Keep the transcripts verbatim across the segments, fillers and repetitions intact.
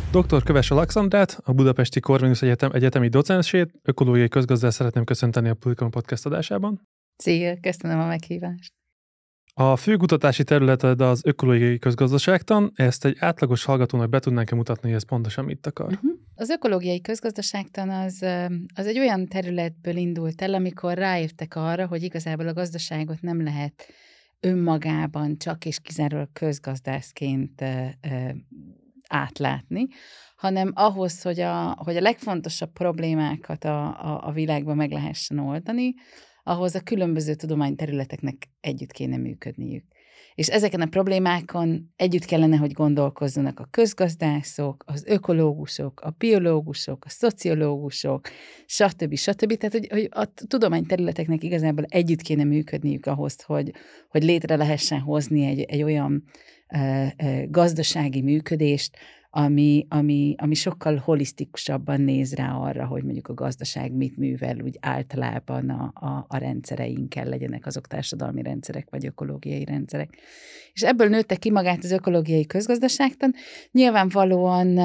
doktor Kövess Alexandrát, a Budapesti Corvinus Egyetem egyetemi docensét, ökológiai közgazdát szeretném köszönteni a Publikum Podcast adásában. Szia, köszönöm a meghívást. A fő kutatási területed az ökológiai közgazdaságtan, ezt egy átlagos hallgatónak be tudnánk-e mutatni, hogy ez pontosan mit akar? Uh-huh. Az ökológiai közgazdaságtan az, az egy olyan területből indult el, amikor ráértek arra, hogy igazából a gazdaságot nem lehet önmagában csak és kizárólag közgazdászként ö, ö, átlátni, hanem ahhoz, hogy a, hogy a legfontosabb problémákat a, a, a világban meg lehessen oldani, ahhoz a különböző tudományterületeknek együtt kéne működniük. És ezeken a problémákon együtt kellene, hogy gondolkozzanak a közgazdászok, az ökológusok, a biológusok, a szociológusok, stb. stb. Tehát, hogy, hogy a tudományterületeknek igazából együtt kéne működniük ahhoz, hogy, hogy létre lehessen hozni egy, egy olyan ö, ö, gazdasági működést, Ami, ami, ami sokkal holisztikusabban néz rá arra, hogy mondjuk a gazdaság mit művel, úgy általában a, a, a rendszereinkkel, legyenek azok társadalmi rendszerek, vagy ökológiai rendszerek. És ebből nőtte ki magát az ökológiai közgazdaságtan. Nyilvánvalóan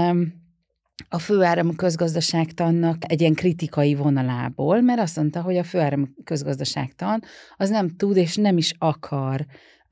a főáramú közgazdaságtannak egy ilyen kritikai vonalából, mert azt mondta, hogy a főáramú közgazdaságtan az nem tud és nem is akar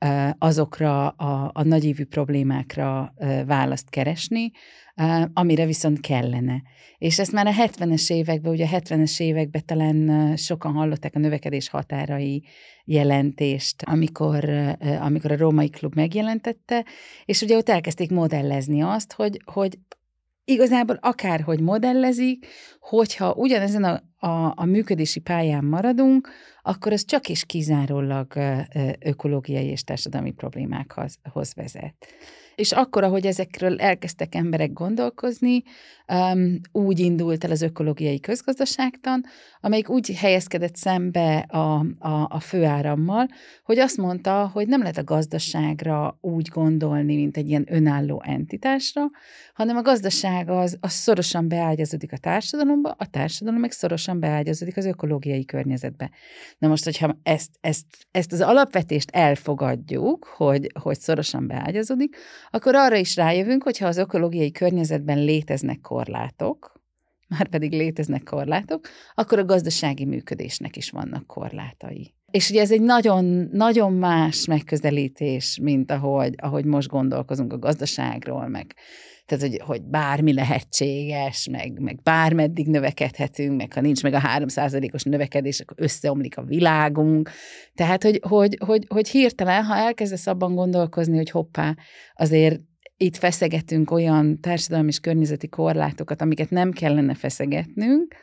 azokra a, a nagyívű problémákra választ keresni, amire viszont kellene. És ezt már a hetvenes években, ugye a hetvenes években talán sokan hallották a növekedés határai jelentést, amikor, amikor a Római Klub megjelentette, és ugye ott elkezdték modellezni azt, hogy, hogy igazából akárhogy modellezik, hogyha ugyanezen a, a, a működési pályán maradunk, akkor az csak és kizárólag ökológiai és társadalmi problémákhoz vezet. És akkor, ahogy ezekről elkezdtek emberek gondolkozni, um, úgy indult el az ökológiai közgazdaságtan, amelyik úgy helyezkedett szembe a, a, a főárammal, hogy azt mondta, hogy nem lehet a gazdaságra úgy gondolni, mint egy ilyen önálló entitásra, hanem a gazdaság az, az szorosan beágyazódik a társadalomba, a társadalom meg szorosan beágyazódik az ökológiai környezetbe. Na most, hogyha ezt, ezt, ezt az alapvetést elfogadjuk, hogy, hogy szorosan beágyazódik, akkor arra is rájövünk, hogyha az ökológiai környezetben léteznek korlátok, már pedig léteznek korlátok, akkor a gazdasági működésnek is vannak korlátai. És ugye ez egy nagyon, nagyon más megközelítés, mint ahogy, ahogy most gondolkozunk a gazdaságról, meg tehát, hogy, hogy bármi lehetséges, meg, meg bármeddig növekedhetünk, meg ha nincs meg a három százalékos növekedés, akkor összeomlik a világunk. Tehát, hogy, hogy, hogy, hogy hirtelen, ha elkezdesz abban gondolkozni, hogy hoppá, azért itt feszegetünk olyan társadalmi és környezeti korlátokat, amiket nem kellene feszegetnünk,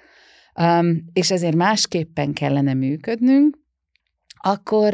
um, és ezért másképpen kellene működnünk, akkor,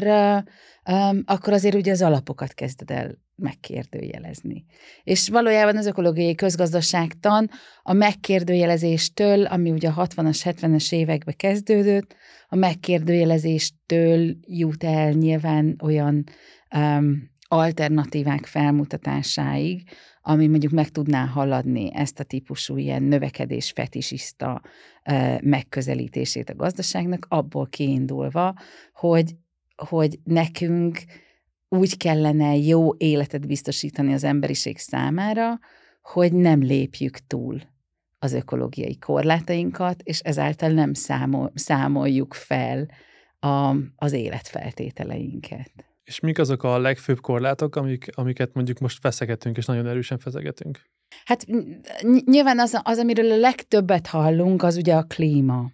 um, akkor azért ugye az alapokat kezded el megkérdőjelezni. És valójában az ökológiai közgazdaságtan a megkérdőjelezéstől, ami ugye a hatvanas, hetvenes évekbe kezdődött, a megkérdőjelezéstől jut el nyilván olyan um, alternatívák felmutatásáig, ami mondjuk meg tudná haladni ezt a típusú ilyen növekedés fetisista uh, megközelítését a gazdaságnak, abból kiindulva, hogy, hogy nekünk úgy kellene jó életet biztosítani az emberiség számára, hogy nem lépjük túl az ökológiai korlátainkat, és ezáltal nem számol, számoljuk fel a, az életfeltételeinket. És mik azok a legfőbb korlátok, amik, amiket mondjuk most feszegetünk, és nagyon erősen feszegetünk? Hát nyilván az, az, amiről a legtöbbet hallunk, az ugye a klíma.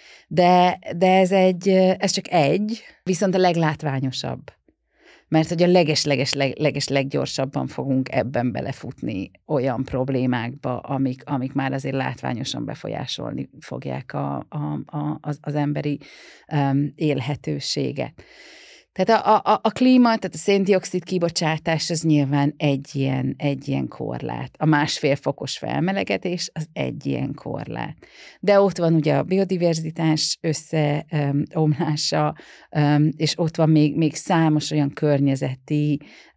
De, de ez, egy, ez csak egy, viszont a leglátványosabb. Mert hogy a leges-leges leges leggyorsabban fogunk ebben belefutni olyan problémákba, amik, amik már azért látványosan befolyásolni fogják a, a, a, az, az emberi um, élhetőséget. Tehát a, a, a klíma, tehát a széndioxid kibocsátás az nyilván egy ilyen, egy ilyen korlát. A másfél fokos felmelegedés az egy ilyen korlát. De ott van ugye a biodiverzitás összeomlása, és ott van még, még számos olyan környezeti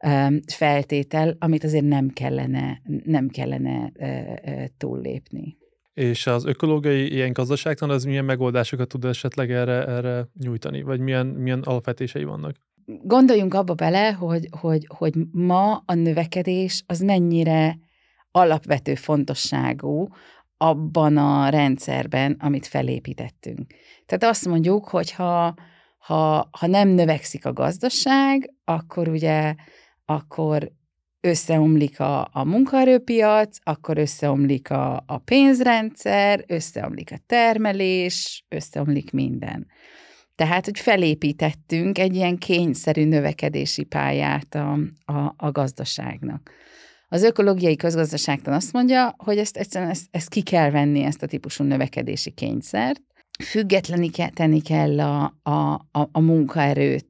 feltétel, amit azért nem kellene, nem kellene túllépni. És az ökológiai ilyen gazdaságtan az milyen megoldásokat tud esetleg erre, erre nyújtani? Vagy milyen, milyen alapvetései vannak? Gondoljunk abba bele, hogy, hogy, hogy ma a növekedés az mennyire alapvető fontosságú abban a rendszerben, amit felépítettünk. Tehát azt mondjuk, hogy ha, ha, ha nem növekszik a gazdaság, akkor ugye akkor összeomlik a, a munkaerőpiac, akkor összeomlik a, a pénzrendszer, összeomlik a termelés, összeomlik minden. Tehát, hogy felépítettünk egy ilyen kényszerű növekedési pályát a, a, a gazdaságnak. Az ökológiai közgazdaságtan azt mondja, hogy ezt egyszerűen ezt, ezt ki kell venni, ezt a típusú növekedési kényszert. Függetleníteni kell a, a, a, a munkaerőt,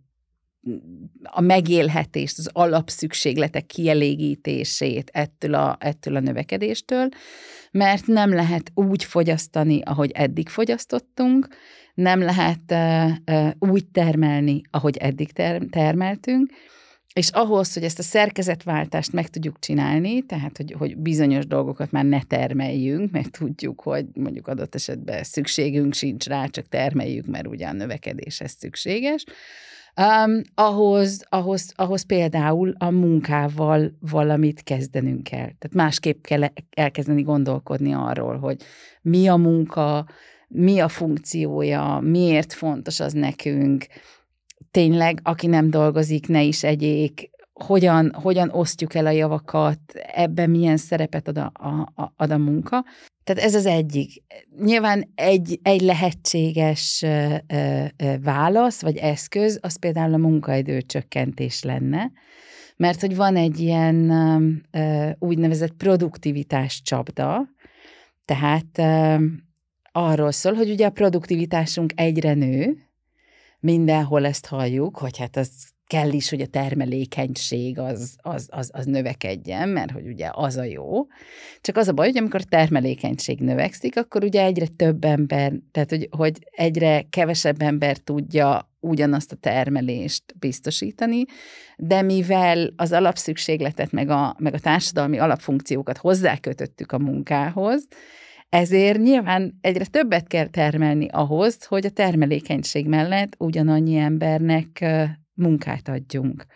a megélhetést, az alapszükségletek kielégítését ettől a, ettől a növekedéstől, mert nem lehet úgy fogyasztani, ahogy eddig fogyasztottunk, nem lehet uh, uh, úgy termelni, ahogy eddig ter- termeltünk, és ahhoz, hogy ezt a szerkezetváltást meg tudjuk csinálni, tehát, hogy, hogy bizonyos dolgokat már ne termeljünk, mert tudjuk, hogy mondjuk adott esetben szükségünk sincs rá, csak termeljük, mert ugye a növekedéshez szükséges, Um, ahhoz, ahhoz, ahhoz például a munkával valamit kezdenünk kell. Tehát másképp kell elkezdeni gondolkodni arról, hogy mi a munka, mi a funkciója, miért fontos az nekünk, tényleg, aki nem dolgozik, ne is egyék, hogyan, hogyan osztjuk el a javakat, ebben milyen szerepet ad a, a, ad a munka. Tehát ez az egyik. Nyilván egy, egy lehetséges ö, ö, válasz, vagy eszköz, az például a munkaidő csökkentés lenne, mert hogy van egy ilyen ö, úgynevezett produktivitás csapda, tehát ö, arról szól, hogy ugye a produktivitásunk egyre nő, mindenhol ezt halljuk, hogy hát az kell is, hogy a termelékenység az, az, az, az növekedjen, mert hogy ugye az a jó. Csak az a baj, hogy amikor a termelékenység növekszik, akkor ugye egyre több ember, tehát hogy, hogy egyre kevesebb ember tudja ugyanazt a termelést biztosítani, de mivel az alapszükségletet meg a, meg a társadalmi alapfunkciókat hozzákötöttük a munkához, ezért nyilván egyre többet kell termelni ahhoz, hogy a termelékenység mellett ugyanannyi embernek munkát adjunk.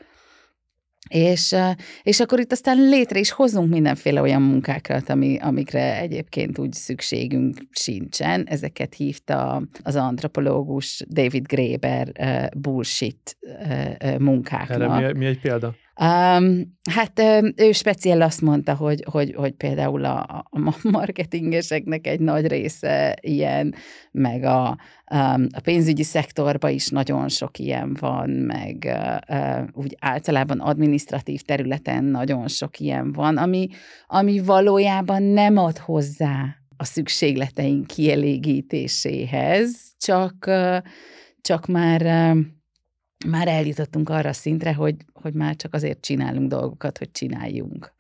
És, és akkor itt aztán létre is hozunk mindenféle olyan munkákat, ami, amikre egyébként úgy szükségünk sincsen. Ezeket hívta az antropológus David Graeber uh, bullshit uh, munkáknak. Erre mi, mi egy példa? Um, hát ő speciál azt mondta, hogy, hogy, hogy például a, a marketingeseknek egy nagy része ilyen, meg a, um, a pénzügyi szektorban is nagyon sok ilyen van, meg uh, uh, úgy általában adminisztratív területen nagyon sok ilyen van, ami, ami valójában nem ad hozzá a szükségleteink kielégítéséhez, csak, uh, csak már... Uh, már eljutottunk arra a szintre, hogy, hogy már csak azért csinálunk dolgokat, hogy csináljunk.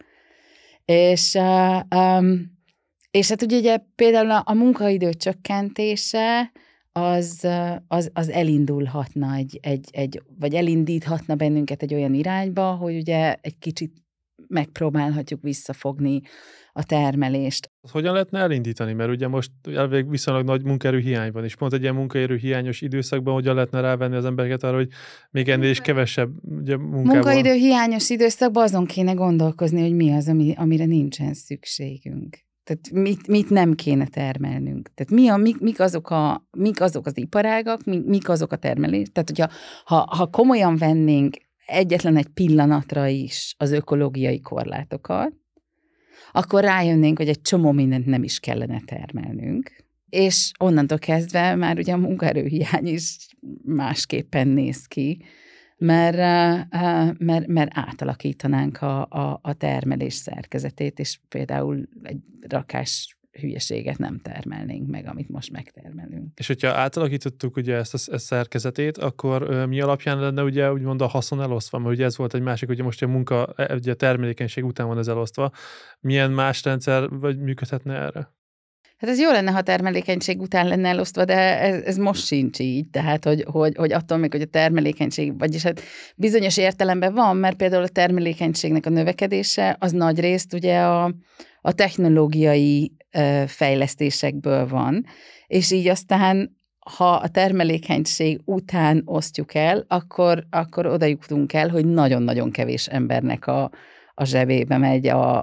És, uh, um, és hát ugye, ugye például a, a munkaidő csökkentése az, az, az elindulhatna egy, egy, egy, vagy elindíthatna bennünket egy olyan irányba, hogy ugye egy kicsit megpróbálhatjuk visszafogni a termelést. Hogyan lehetne elindítani? Mert ugye most elvég viszonylag nagy munkaerő hiány van, és pont egy ilyen munkaerő hiányos időszakban hogyan lehetne rávenni az embereket arra, hogy még ennél is kevesebb ugye, munkával. Munkaidő hiányos időszakban azon kéne gondolkozni, hogy mi az, ami, amire nincsen szükségünk. Tehát mit, mit nem kéne termelnünk. Tehát mi a, mik, mik, azok a, mik azok az iparágak, mik, mik azok a termelés. Tehát, hogyha ha, ha komolyan vennénk egyetlen egy pillanatra is az ökológiai korlátokat, akkor rájönnénk, hogy egy csomó mindent nem is kellene termelnünk. És onnantól kezdve már ugye a munkaerőhiány is másképpen néz ki, mert, mert, mert átalakítanánk a, a, a termelés szerkezetét, és például egy rakás hülyeséget nem termelnénk meg, amit most megtermelünk. És hogyha átalakítottuk ugye ezt a, ezt a szerkezetét, akkor ö, mi alapján lenne ugye úgymond a haszon elosztva? Mert ugye ez volt egy másik, ugye most a munka, ugye a termelékenység után van ez elosztva. Milyen más rendszer vagy működhetne erre? Hát ez jó lenne, ha termelékenység után lenne elosztva, de ez, ez most sincs így. Tehát, hogy, hogy, hogy attól még, hogy a termelékenység, vagyis hát bizonyos értelemben van, mert például a termelékenységnek a növekedése az nagy részt ugye a, a technológiai ö, fejlesztésekből van, és így aztán, ha a termelékenység után osztjuk el, akkor, akkor oda jutunk el, hogy nagyon-nagyon kevés embernek a, a zsebébe megy a,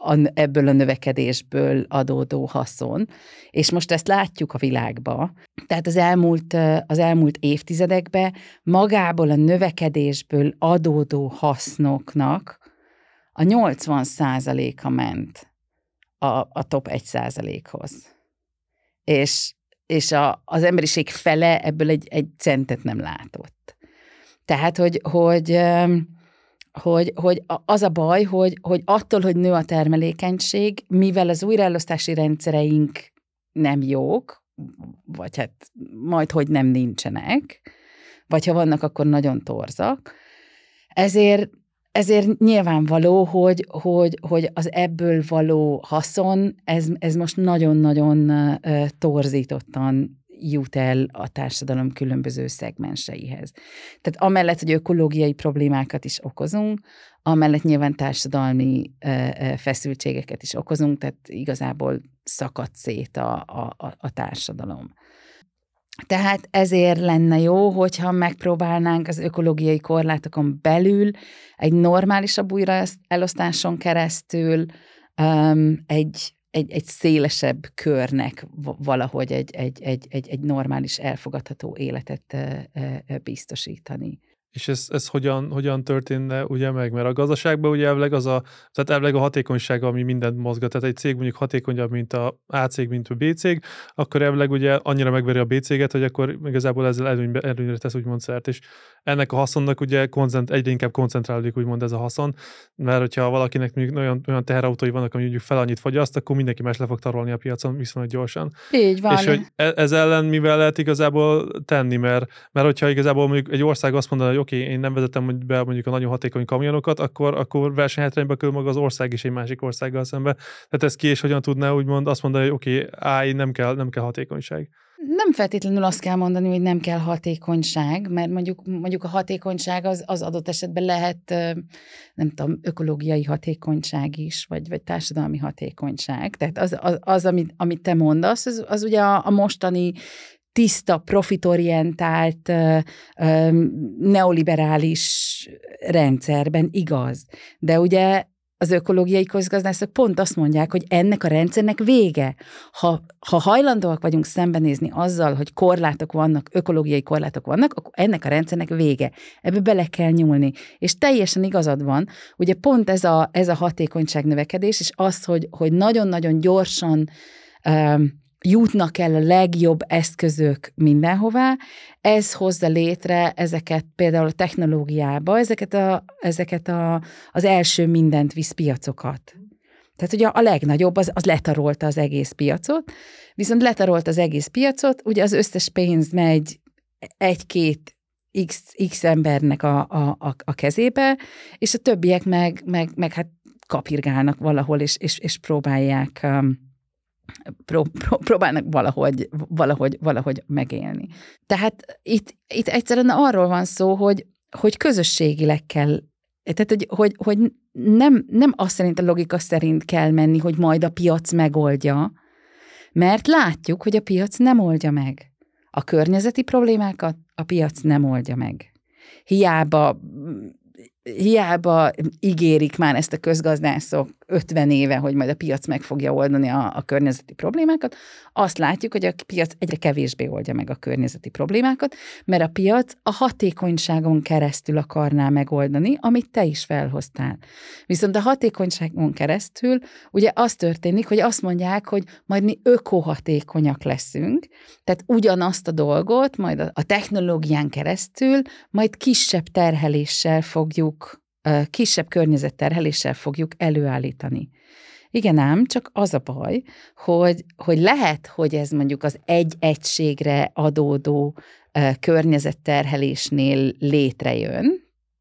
a, ebből a növekedésből adódó haszon, és most ezt látjuk a világba. Tehát az elmúlt, az elmúlt évtizedekben magából a növekedésből adódó hasznoknak a nyolcvan százaléka ment a, a top egy százalékhoz. És, és a, az emberiség fele ebből egy, egy centet nem látott. Tehát, hogy, hogy, hogy, hogy az a baj, hogy, hogy attól, hogy nő a termelékenység, mivel az újraelosztási rendszereink nem jók, vagy hát majd, hogy nem nincsenek, vagy ha vannak, akkor nagyon torzak, ezért Ezért nyilvánvaló, hogy, hogy, hogy az ebből való haszon, ez, ez most nagyon-nagyon uh, torzítottan jut el a társadalom különböző szegmenseihez. Tehát amellett, hogy ökológiai problémákat is okozunk, amellett nyilván társadalmi uh, feszültségeket is okozunk, tehát igazából szakad szét a, a, a társadalom. Tehát ezért lenne jó, hogyha megpróbálnánk az ökológiai korlátokon belül egy normálisabb újraelosztáson keresztül um, egy, egy, egy szélesebb körnek valahogy egy, egy, egy, egy, egy normális, elfogadható életet uh, uh, biztosítani. És ez, ez hogyan, hogyan történne ugye meg? Mert a gazdaságban ugye elvileg az a, tehát elvileg a hatékonyság, ami mindent mozgat. Tehát egy cég mondjuk hatékonyabb, mint a A cég, mint a B cég, akkor elvileg ugye annyira megveri a B céget, hogy akkor igazából ezzel előnybe, előnyre tesz úgymond szert. És ennek a haszonnak ugye koncent, egyre inkább koncentrálódik úgymond ez a haszon, mert hogyha valakinek mondjuk olyan, olyan teherautói vannak, ami mondjuk fel annyit fogyaszt, akkor mindenki más le fog tarolni a piacon viszonylag gyorsan. Így van. És hogy ez ellen mivel lehet igazából tenni, mert, mert hogyha igazából mondjuk egy ország azt mondaná, hogy oké, okay, én nem vezetem be mondjuk a nagyon hatékony kamionokat, akkor, akkor versenyhátrányba kerül maga az ország is egy másik országgal szembe. Tehát ez ki és hogyan tudná úgymond azt mondani, hogy oké, okay, áj, nem kell, nem kell hatékonyság. Nem feltétlenül azt kell mondani, hogy nem kell hatékonyság, mert mondjuk, mondjuk a hatékonyság az, az adott esetben lehet, nem tudom, ökológiai hatékonyság is, vagy, vagy társadalmi hatékonyság. Tehát az, az, az amit, amit te mondasz, az, az ugye a, a mostani tiszta, profitorientált, neoliberális rendszerben igaz. De ugye az ökológiai közgazdászok pont azt mondják, hogy ennek a rendszernek vége. Ha, ha hajlandóak vagyunk szembenézni azzal, hogy korlátok vannak, ökológiai korlátok vannak, akkor ennek a rendszernek vége. Ebbe bele kell nyúlni. És teljesen igazad van, ugye pont ez a, ez a hatékonyság növekedés, és az, hogy, hogy nagyon-nagyon gyorsan um, jutnak el a legjobb eszközök mindenhová, ez hozza létre ezeket például a technológiába, ezeket, a, ezeket a, az első mindent visz piacokat. Tehát ugye a legnagyobb az, az letarolta az egész piacot, viszont letarolta az egész piacot, ugye az összes pénz megy egy-két x, x embernek a, a, a, a kezébe, és a többiek meg, meg, meg hát kapirgálnak valahol, és, és, és próbálják... Um, Pró- pró- próbálnak valahogy, valahogy, valahogy megélni. Tehát itt, itt egyszerűen arról van szó, hogy, hogy közösségileg kell, tehát hogy, hogy, hogy nem, nem azt szerint a logika szerint kell menni, hogy majd a piac megoldja, mert látjuk, hogy a piac nem oldja meg. A környezeti problémákat a piac nem oldja meg. Hiába Hiába ígérik már ezt a közgazdászok ötven éve, hogy majd a piac meg fogja oldani a, a környezeti problémákat, azt látjuk, hogy a piac egyre kevésbé oldja meg a környezeti problémákat, mert a piac a hatékonyságon keresztül akarná megoldani, amit te is felhoztál. Viszont a hatékonyságon keresztül ugye az történik, hogy azt mondják, hogy majd mi ökohatékonyak leszünk, tehát ugyanazt a dolgot majd a technológián keresztül majd kisebb terheléssel fogjuk kisebb környezetterheléssel fogjuk előállítani. Igen ám, csak az a baj, hogy, hogy lehet, hogy ez mondjuk az egy egységre adódó uh, környezetterhelésnél létrejön,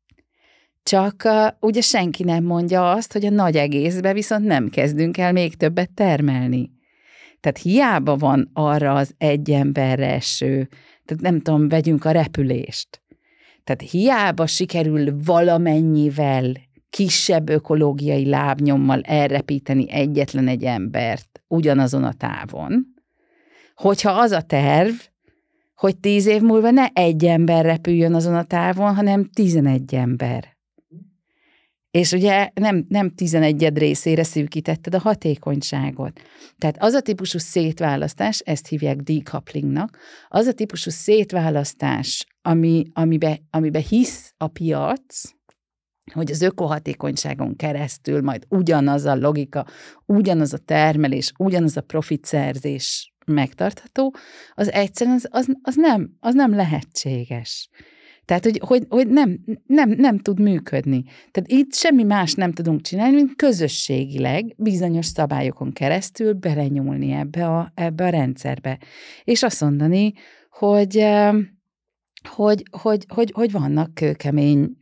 csak uh, ugye senki nem mondja azt, hogy a nagy egészbe viszont nem kezdünk el még többet termelni. Tehát hiába van arra az egy emberre eső, tehát nem tudom, vegyünk a repülést. Tehát hiába sikerül valamennyivel kisebb ökológiai lábnyommal elrepíteni egyetlen egy embert ugyanazon a távon, hogyha az a terv, hogy tíz év múlva ne egy ember repüljön azon a távon, hanem tizenegy ember. És ugye nem, nem tizenegyed részére szűkítetted a hatékonyságot. Tehát az a típusú szétválasztás, ezt hívják decouplingnak, az a típusú szétválasztás, ami, amibe, amibe hisz a piac, hogy az ökohatékonyságon keresztül majd ugyanaz a logika, ugyanaz a termelés, ugyanaz a profitszerzés megtartható, az egyszerűen az, az, az, nem, az nem lehetséges. Tehát, hogy, hogy, hogy nem, nem, nem tud működni. Tehát itt semmi más nem tudunk csinálni, mint közösségileg bizonyos szabályokon keresztül belenyúlni ebbe a, ebbe a rendszerbe. És azt mondani, hogy, hogy, hogy, hogy, hogy vannak kőkemény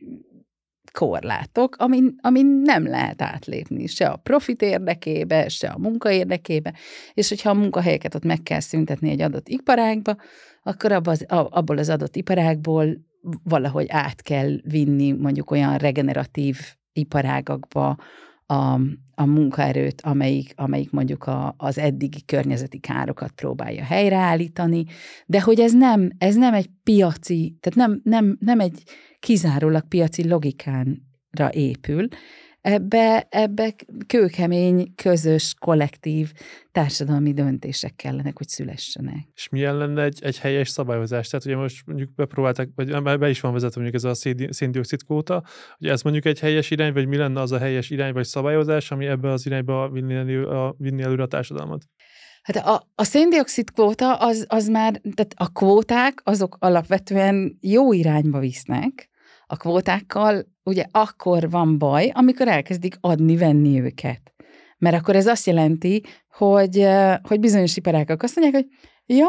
korlátok, amin, amin nem lehet átlépni, se a profit érdekébe, se a munka érdekébe, és hogyha a munkahelyeket ott meg kell szüntetni egy adott iparágba, akkor abba az, abból az adott iparágból valahogy át kell vinni mondjuk olyan regeneratív iparágakba a, a munkaerőt, amelyik, amelyik mondjuk a, az eddigi környezeti károkat próbálja helyreállítani, de hogy ez nem, ez nem egy piaci, tehát nem, nem, nem egy kizárólag piaci logikánra épül, ebbe, ebbe kőkemény, közös, kollektív társadalmi döntések kellenek, hogy szülessenek. És milyen lenne egy, egy helyes szabályozás? Tehát ugye most mondjuk bepróbálták, vagy be is van vezetve mondjuk ez a szén-dioxid kvóta, hogy ez mondjuk egy helyes irány, vagy mi lenne az a helyes irány, vagy szabályozás, ami ebbe az irányba vinni, elő, a, vinni előre a társadalmat? Hát a, a szén-dioxid kvóta az, az már, tehát a kvóták azok alapvetően jó irányba visznek. A kvótákkal ugye akkor van baj, amikor elkezdik adni-venni őket. Mert akkor ez azt jelenti, hogy, hogy bizonyos iparágak azt mondják, hogy ja,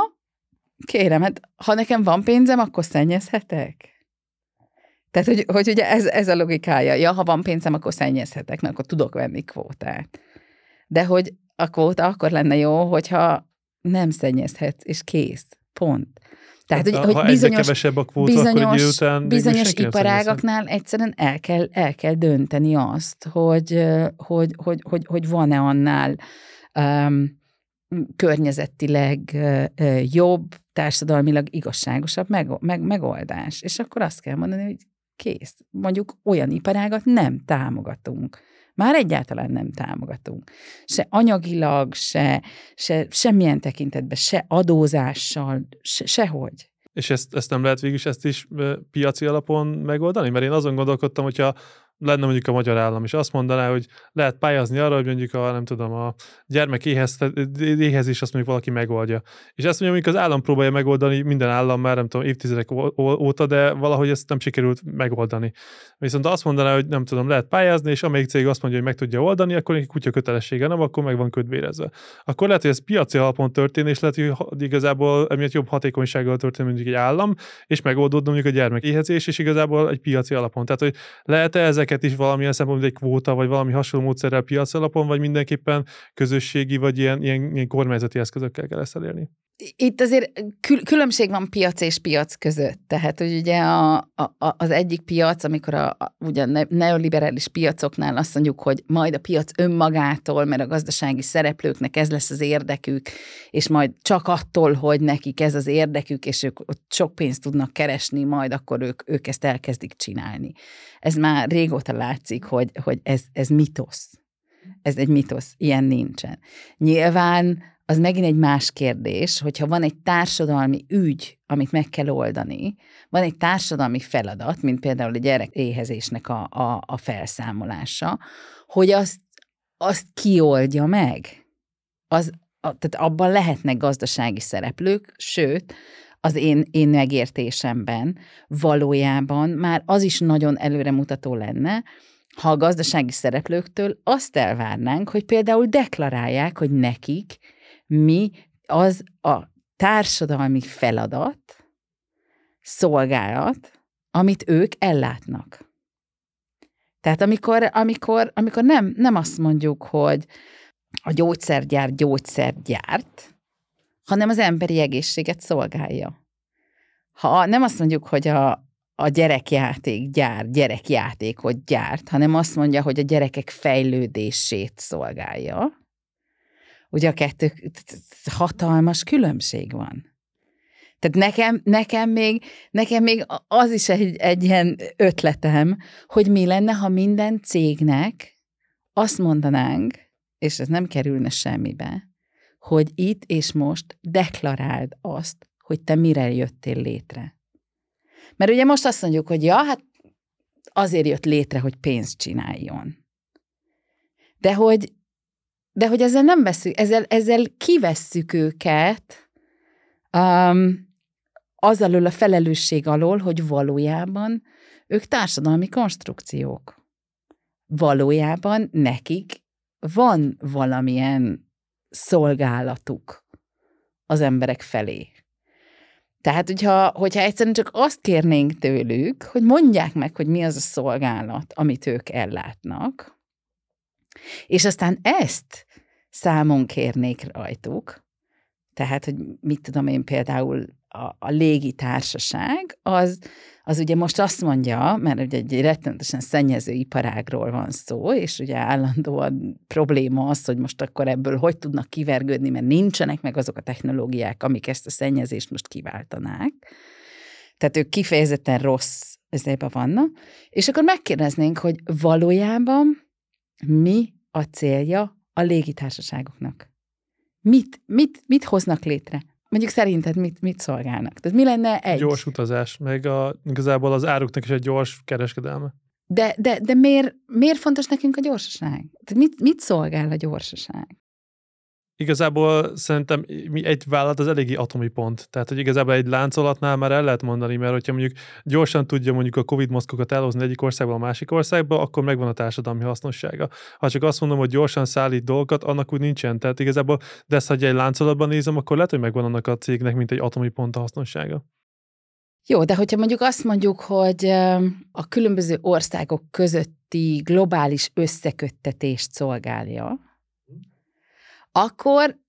kérem, hát ha nekem van pénzem, akkor szennyezhetek. Tehát, hogy, hogy ugye ez, ez a logikája. Ja, ha van pénzem, akkor szennyezhetek, mert akkor tudok venni kvótát. De hogy a kvóta akkor lenne jó, hogyha nem szennyezhetsz, és kész. Pont. Tehát, hogy, ha hogy bizonyos, kevesebb a kvóta, bizonyos, akkor egy után bizonyos iparágaknál egyszerűen el kell, el kell dönteni azt, hogy, hogy, hogy, hogy, hogy van-e annál um, környezetileg uh, jobb, társadalmilag igazságosabb meg, meg, megoldás. És akkor azt kell mondani, hogy kész. Mondjuk olyan iparágat nem támogatunk. Már egyáltalán nem támogatunk. Se anyagilag, se, se semmilyen tekintetben, se adózással, se, sehogy. És ezt, ezt nem lehet végül is ezt is piaci alapon megoldani? Mert én azon gondolkodtam, hogyha lenne mondjuk a magyar állam, és azt mondaná, hogy lehet pályázni arra, hogy mondjuk a, nem tudom, a gyermek éhezés, azt mondjuk valaki megoldja. És ezt mondjuk, mondjuk az állam próbálja megoldani, minden állam már nem tudom, évtizedek óta, de valahogy ezt nem sikerült megoldani. Viszont azt mondaná, hogy nem tudom, lehet pályázni, és amelyik cég azt mondja, hogy meg tudja oldani, akkor neki kutya kötelessége nem, akkor meg van kötvérezve. Akkor lehet, hogy ez piaci alapon történik, és lehet, hogy igazából emiatt jobb hatékonysággal történik mondjuk egy állam, és megoldódna mondjuk a gyermek éhezés, és igazából egy piaci alapon. Tehát, hogy lehet-e ezek is valamilyen szempontból egy kvóta, vagy valami hasonló módszerrel piac alapon, vagy mindenképpen közösségi, vagy ilyen, ilyen, ilyen kormányzati eszközökkel kell ezt elérni? Itt azért kül- különbség van piac és piac között. Tehát, hogy ugye a, a, az egyik piac, amikor a, a ugye neoliberális piacoknál azt mondjuk, hogy majd a piac önmagától, mert a gazdasági szereplőknek ez lesz az érdekük, és majd csak attól, hogy nekik ez az érdekük, és ők sok pénzt tudnak keresni, majd akkor ők, ők ezt elkezdik csinálni. Ez már régóta látszik, hogy, hogy ez, ez mitosz. Ez egy mitosz, ilyen nincsen. Nyilván az megint egy más kérdés, hogyha van egy társadalmi ügy, amit meg kell oldani, van egy társadalmi feladat, mint például a gyerek éhezésnek a, a, a felszámolása, hogy azt, azt kioldja meg. Az, a, tehát abban lehetnek gazdasági szereplők, sőt, az én, én megértésemben valójában már az is nagyon előremutató lenne, ha a gazdasági szereplőktől azt elvárnánk, hogy például deklarálják, hogy nekik mi az a társadalmi feladat, szolgálat, amit ők ellátnak. Tehát amikor, amikor, amikor nem, nem azt mondjuk, hogy a gyógyszergyár gyógyszert gyárt, hanem az emberi egészséget szolgálja. Ha nem azt mondjuk, hogy a, a gyerekjáték gyár gyerekjátékot gyárt, hanem azt mondja, hogy a gyerekek fejlődését szolgálja, ugye a kettő hatalmas különbség van. Tehát nekem, nekem, még, nekem még az is egy, egy ilyen ötletem, hogy mi lenne, ha minden cégnek azt mondanánk, és ez nem kerülne semmibe, hogy itt és most deklaráld azt, hogy te mire jöttél létre. Mert ugye most azt mondjuk, hogy ja, hát azért jött létre, hogy pénzt csináljon. De hogy, de hogy ezzel nem veszünk, ezzel, ezzel kivesszük őket um, az alól a felelősség alól, hogy valójában ők társadalmi konstrukciók. Valójában nekik van valamilyen szolgálatuk az emberek felé. Tehát, hogyha, hogyha egyszerűen csak azt kérnénk tőlük, hogy mondják meg, hogy mi az a szolgálat, amit ők ellátnak, és aztán ezt számon kérnék rajtuk, tehát, hogy mit tudom én például a, a légitársaság, az, az ugye most azt mondja, mert ugye egy rettenetesen szennyező iparágról van szó, és ugye állandóan probléma az, hogy most akkor ebből hogy tudnak kivergődni, mert nincsenek meg azok a technológiák, amik ezt a szennyezést most kiváltanák. Tehát ők kifejezetten rossz ezében vannak, és akkor megkérdeznénk, hogy valójában mi a célja a légitársaságoknak? Mit, mit, mit hoznak létre? Mondjuk szerinted mit, mit szolgálnak? Tehát mi lenne egy? Gyors utazás, meg a, igazából az áruknak is egy gyors kereskedelme. De, de, de miért, miért fontos nekünk a gyorsaság? Tehát mit, mit szolgál a gyorsaság? Igazából szerintem egy vállalat az eléggé atomi pont. Tehát, hogy igazából egy láncolatnál már el lehet mondani, mert hogyha mondjuk gyorsan tudja mondjuk a Covid maszkokat elhozni egyik országból a másik országba, akkor megvan a társadalmi hasznossága. Ha csak azt mondom, hogy gyorsan szállít dolgokat, annak úgy nincsen. Tehát igazából, de ezt, ha egy láncolatban nézem, akkor lehet, hogy megvan annak a cégnek, mint egy atomi pont a hasznossága. Jó, de hogyha mondjuk azt mondjuk, hogy a különböző országok közötti globális összeköttetést szolgálja, akkor,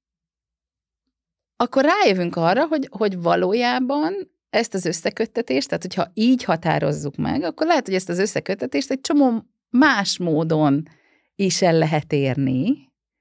akkor rájövünk arra, hogy, hogy valójában ezt az összeköttetést, tehát hogyha így határozzuk meg, akkor lehet, hogy ezt az összeköttetést egy csomó más módon is el lehet érni,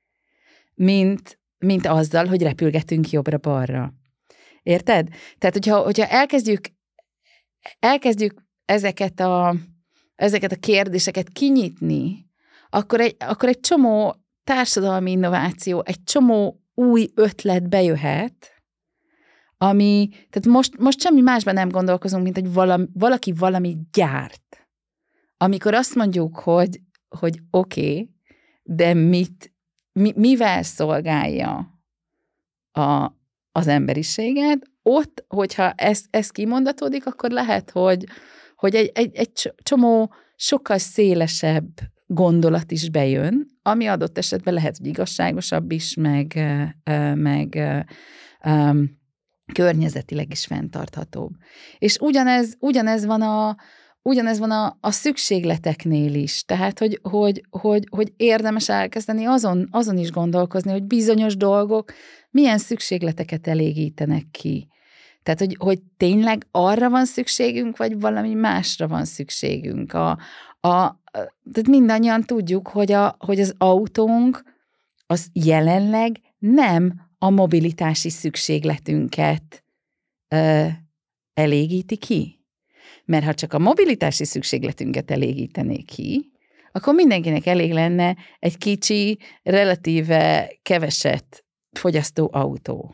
mint, mint azzal, hogy repülgetünk jobbra-balra. Érted? Tehát, hogyha, hogyha elkezdjük, elkezdjük ezeket, a, ezeket a kérdéseket kinyitni, akkor egy, akkor egy csomó társadalmi innováció, egy csomó új ötlet bejöhet, ami, tehát most, most semmi másban nem gondolkozunk, mint hogy valami, valaki valami gyárt. Amikor azt mondjuk, hogy, hogy oké, okay, de mit, mi, mivel szolgálja a, az emberiséget, ott, hogyha ez, ez kimondatódik, akkor lehet, hogy, hogy egy, egy, egy csomó sokkal szélesebb gondolat is bejön, ami adott esetben lehet, hogy igazságosabb is, meg, meg um, környezetileg is fenntarthatóbb. És ugyanez, ugyanez van a Ugyanez van a, a szükségleteknél is, tehát, hogy, hogy, hogy, hogy érdemes elkezdeni azon, azon is gondolkozni, hogy bizonyos dolgok milyen szükségleteket elégítenek ki. Tehát, hogy, hogy tényleg arra van szükségünk, vagy valami másra van szükségünk. A, a, tehát mindannyian tudjuk, hogy, a, hogy az autónk az jelenleg nem a mobilitási szükségletünket ö, elégíti ki. Mert ha csak a mobilitási szükségletünket elégítenék ki, akkor mindenkinek elég lenne egy kicsi, relatíve keveset fogyasztó autó.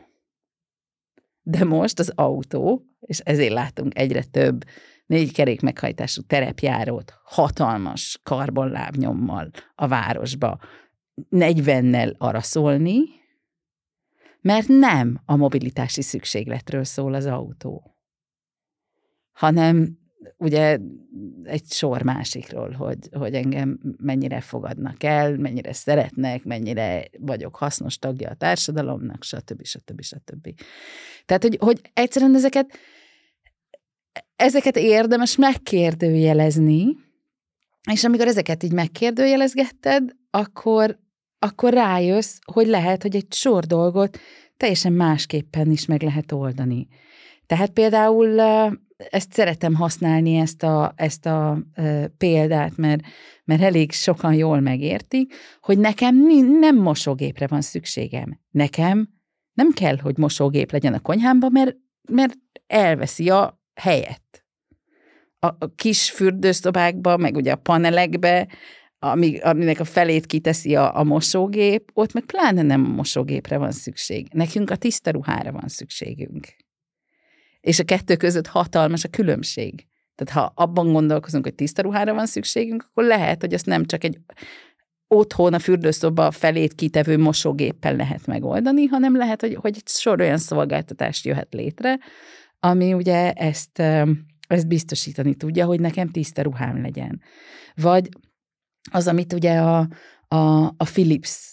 De most az autó, és ezért látunk egyre több négy kerék meghajtású terepjárót hatalmas karbonlábnyommal a városba, negyvennel araszolni, mert nem a mobilitási szükségletről szól az autó, hanem ugye egy sor másikról, hogy, hogy engem mennyire fogadnak el, mennyire szeretnek, mennyire vagyok hasznos tagja a társadalomnak, stb. stb. stb. Tehát, hogy, hogy egyszerűen ezeket, ezeket érdemes megkérdőjelezni, és amikor ezeket így megkérdőjelezgetted, akkor, akkor rájössz, hogy lehet, hogy egy sor dolgot teljesen másképpen is meg lehet oldani. Tehát például ezt szeretem használni, ezt a, ezt a e, példát, mert, mert elég sokan jól megértik, hogy nekem nem mosógépre van szükségem. Nekem nem kell, hogy mosógép legyen a konyhámban, mert mert elveszi a helyet. A, a kis fürdőszobákba, meg ugye a panelekbe, ami, aminek a felét kiteszi a, a mosógép, ott meg pláne nem a mosógépre van szükség. Nekünk a tiszta ruhára van szükségünk. És a kettő között hatalmas a különbség. Tehát ha abban gondolkozunk, hogy tiszta ruhára van szükségünk, akkor lehet, hogy azt nem csak egy otthon a fürdőszoba felét kitevő mosógéppel lehet megoldani, hanem lehet, hogy, hogy egy sor olyan szolgáltatást jöhet létre, ami ugye ezt, ezt biztosítani tudja, hogy nekem tiszta ruhám legyen. Vagy az, amit ugye a, a, a Philips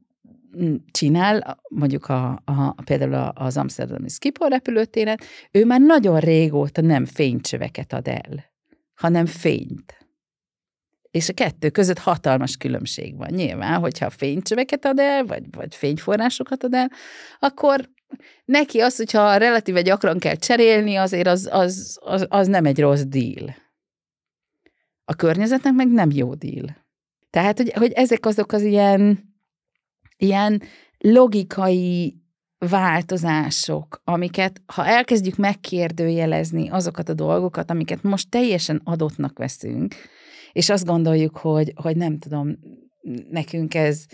csinál, mondjuk a, a, például az amszterdami Schiphol repülőtéren, ő már nagyon régóta nem fénycsöveket ad el, hanem fényt. És a kettő között hatalmas különbség van. Nyilván, hogyha fénycsöveket ad el, vagy, vagy fényforrásokat ad el, akkor neki az, hogyha relatíve gyakran kell cserélni, azért az, az, az, az nem egy rossz deal. A környezetnek meg nem jó deal. Tehát, hogy, hogy ezek azok az ilyen, ilyen logikai változások, amiket, ha elkezdjük megkérdőjelezni azokat a dolgokat, amiket most teljesen adottnak veszünk, és azt gondoljuk, hogy, hogy nem tudom, nekünk ez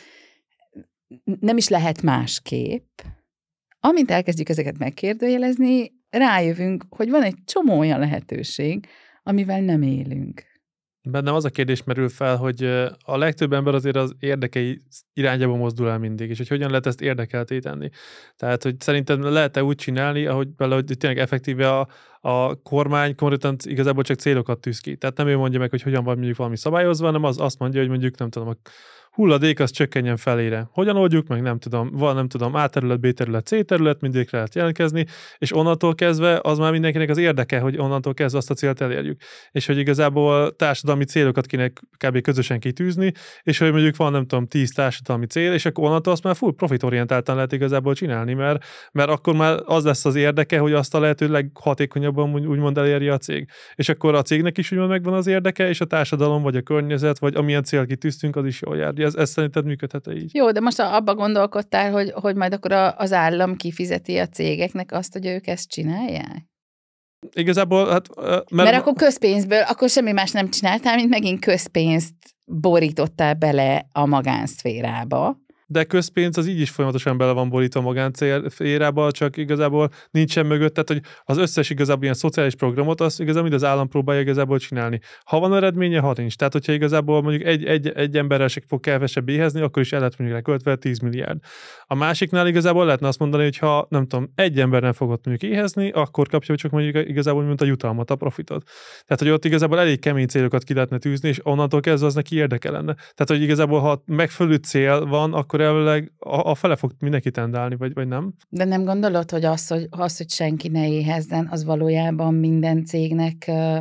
nem is lehet másképp. Amint elkezdjük ezeket megkérdőjelezni, rájövünk, hogy van egy csomó olyan lehetőség, amivel nem élünk. Bennem az a kérdés merül fel, hogy a legtöbb ember azért az érdekei irányába mozdul el mindig, és hogy hogyan lehet ezt érdekelté tenni. Tehát, hogy szerinted lehet-e úgy csinálni, ahogy bele, hogy tényleg effektíve a, a kormány konkrétan igazából csak célokat tűz ki. Tehát nem ő mondja meg, hogy hogyan van mondjuk valami szabályozva, hanem az azt mondja, hogy mondjuk nem tudom, a hulladék az csökkenjen felére. Hogyan oldjuk meg? Nem tudom. Van, nem tudom, A terület, B terület, C terület, mindegyikre lehet jelentkezni, és onnantól kezdve az már mindenkinek az érdeke, hogy onnantól kezdve azt a célt elérjük. És hogy igazából társadalmi célokat kéne kb. Közösen kitűzni, és hogy mondjuk van, nem tudom, tíz társadalmi cél, és akkor onnantól azt már full profitorientáltan lehet igazából csinálni, mert, mert akkor már az lesz az érdeke, hogy azt a lehető leghatékonyabban úgymond elérje a cég. És akkor a cégnek is úgymond megvan az érdeke, és a társadalom, vagy a környezet, vagy amilyen cél kitűztünk, az is jól jár. Ez, ez szerinted működhet-e így? Jó, de most abba gondolkodtál, hogy, hogy majd akkor az állam kifizeti a cégeknek azt, hogy ők ezt csinálják? Igazából, hát... Mert, mert akkor közpénzből, akkor semmi más nem csináltál, mint megint közpénzt borítottál bele a magánszférába. De közpénz az így is folyamatosan bele van borítva a magánszférába, csak igazából nincsen mögött, tehát hogy az összes igazából ilyen szociális programot, az igazából mind az állam próbálja igazából csinálni. Ha van eredménye, ha nincs. Tehát, hogyha igazából mondjuk egy, egy, egy emberrel se fog kevesebb éhezni, akkor is el lehet mondjuk leköltve tíz milliárd. A másiknál igazából lehetne azt mondani, hogy ha nem tudom, egy ember nem fogott mondjuk éhezni, akkor kapja csak mondjuk igazából mint a jutalmat, a profitot. Tehát, hogy ott igazából elég kemény célokat ki lehetne tűzni, és onnantól kezdve az neki érdeke lenne. Tehát, hogy igazából ha megfelelő cél van, akkor elvileg a, a fele fog mindenki tendálni, vagy, vagy nem? De nem gondolod, hogy az, hogy, az, hogy senki ne éhezzen, az valójában minden cégnek uh,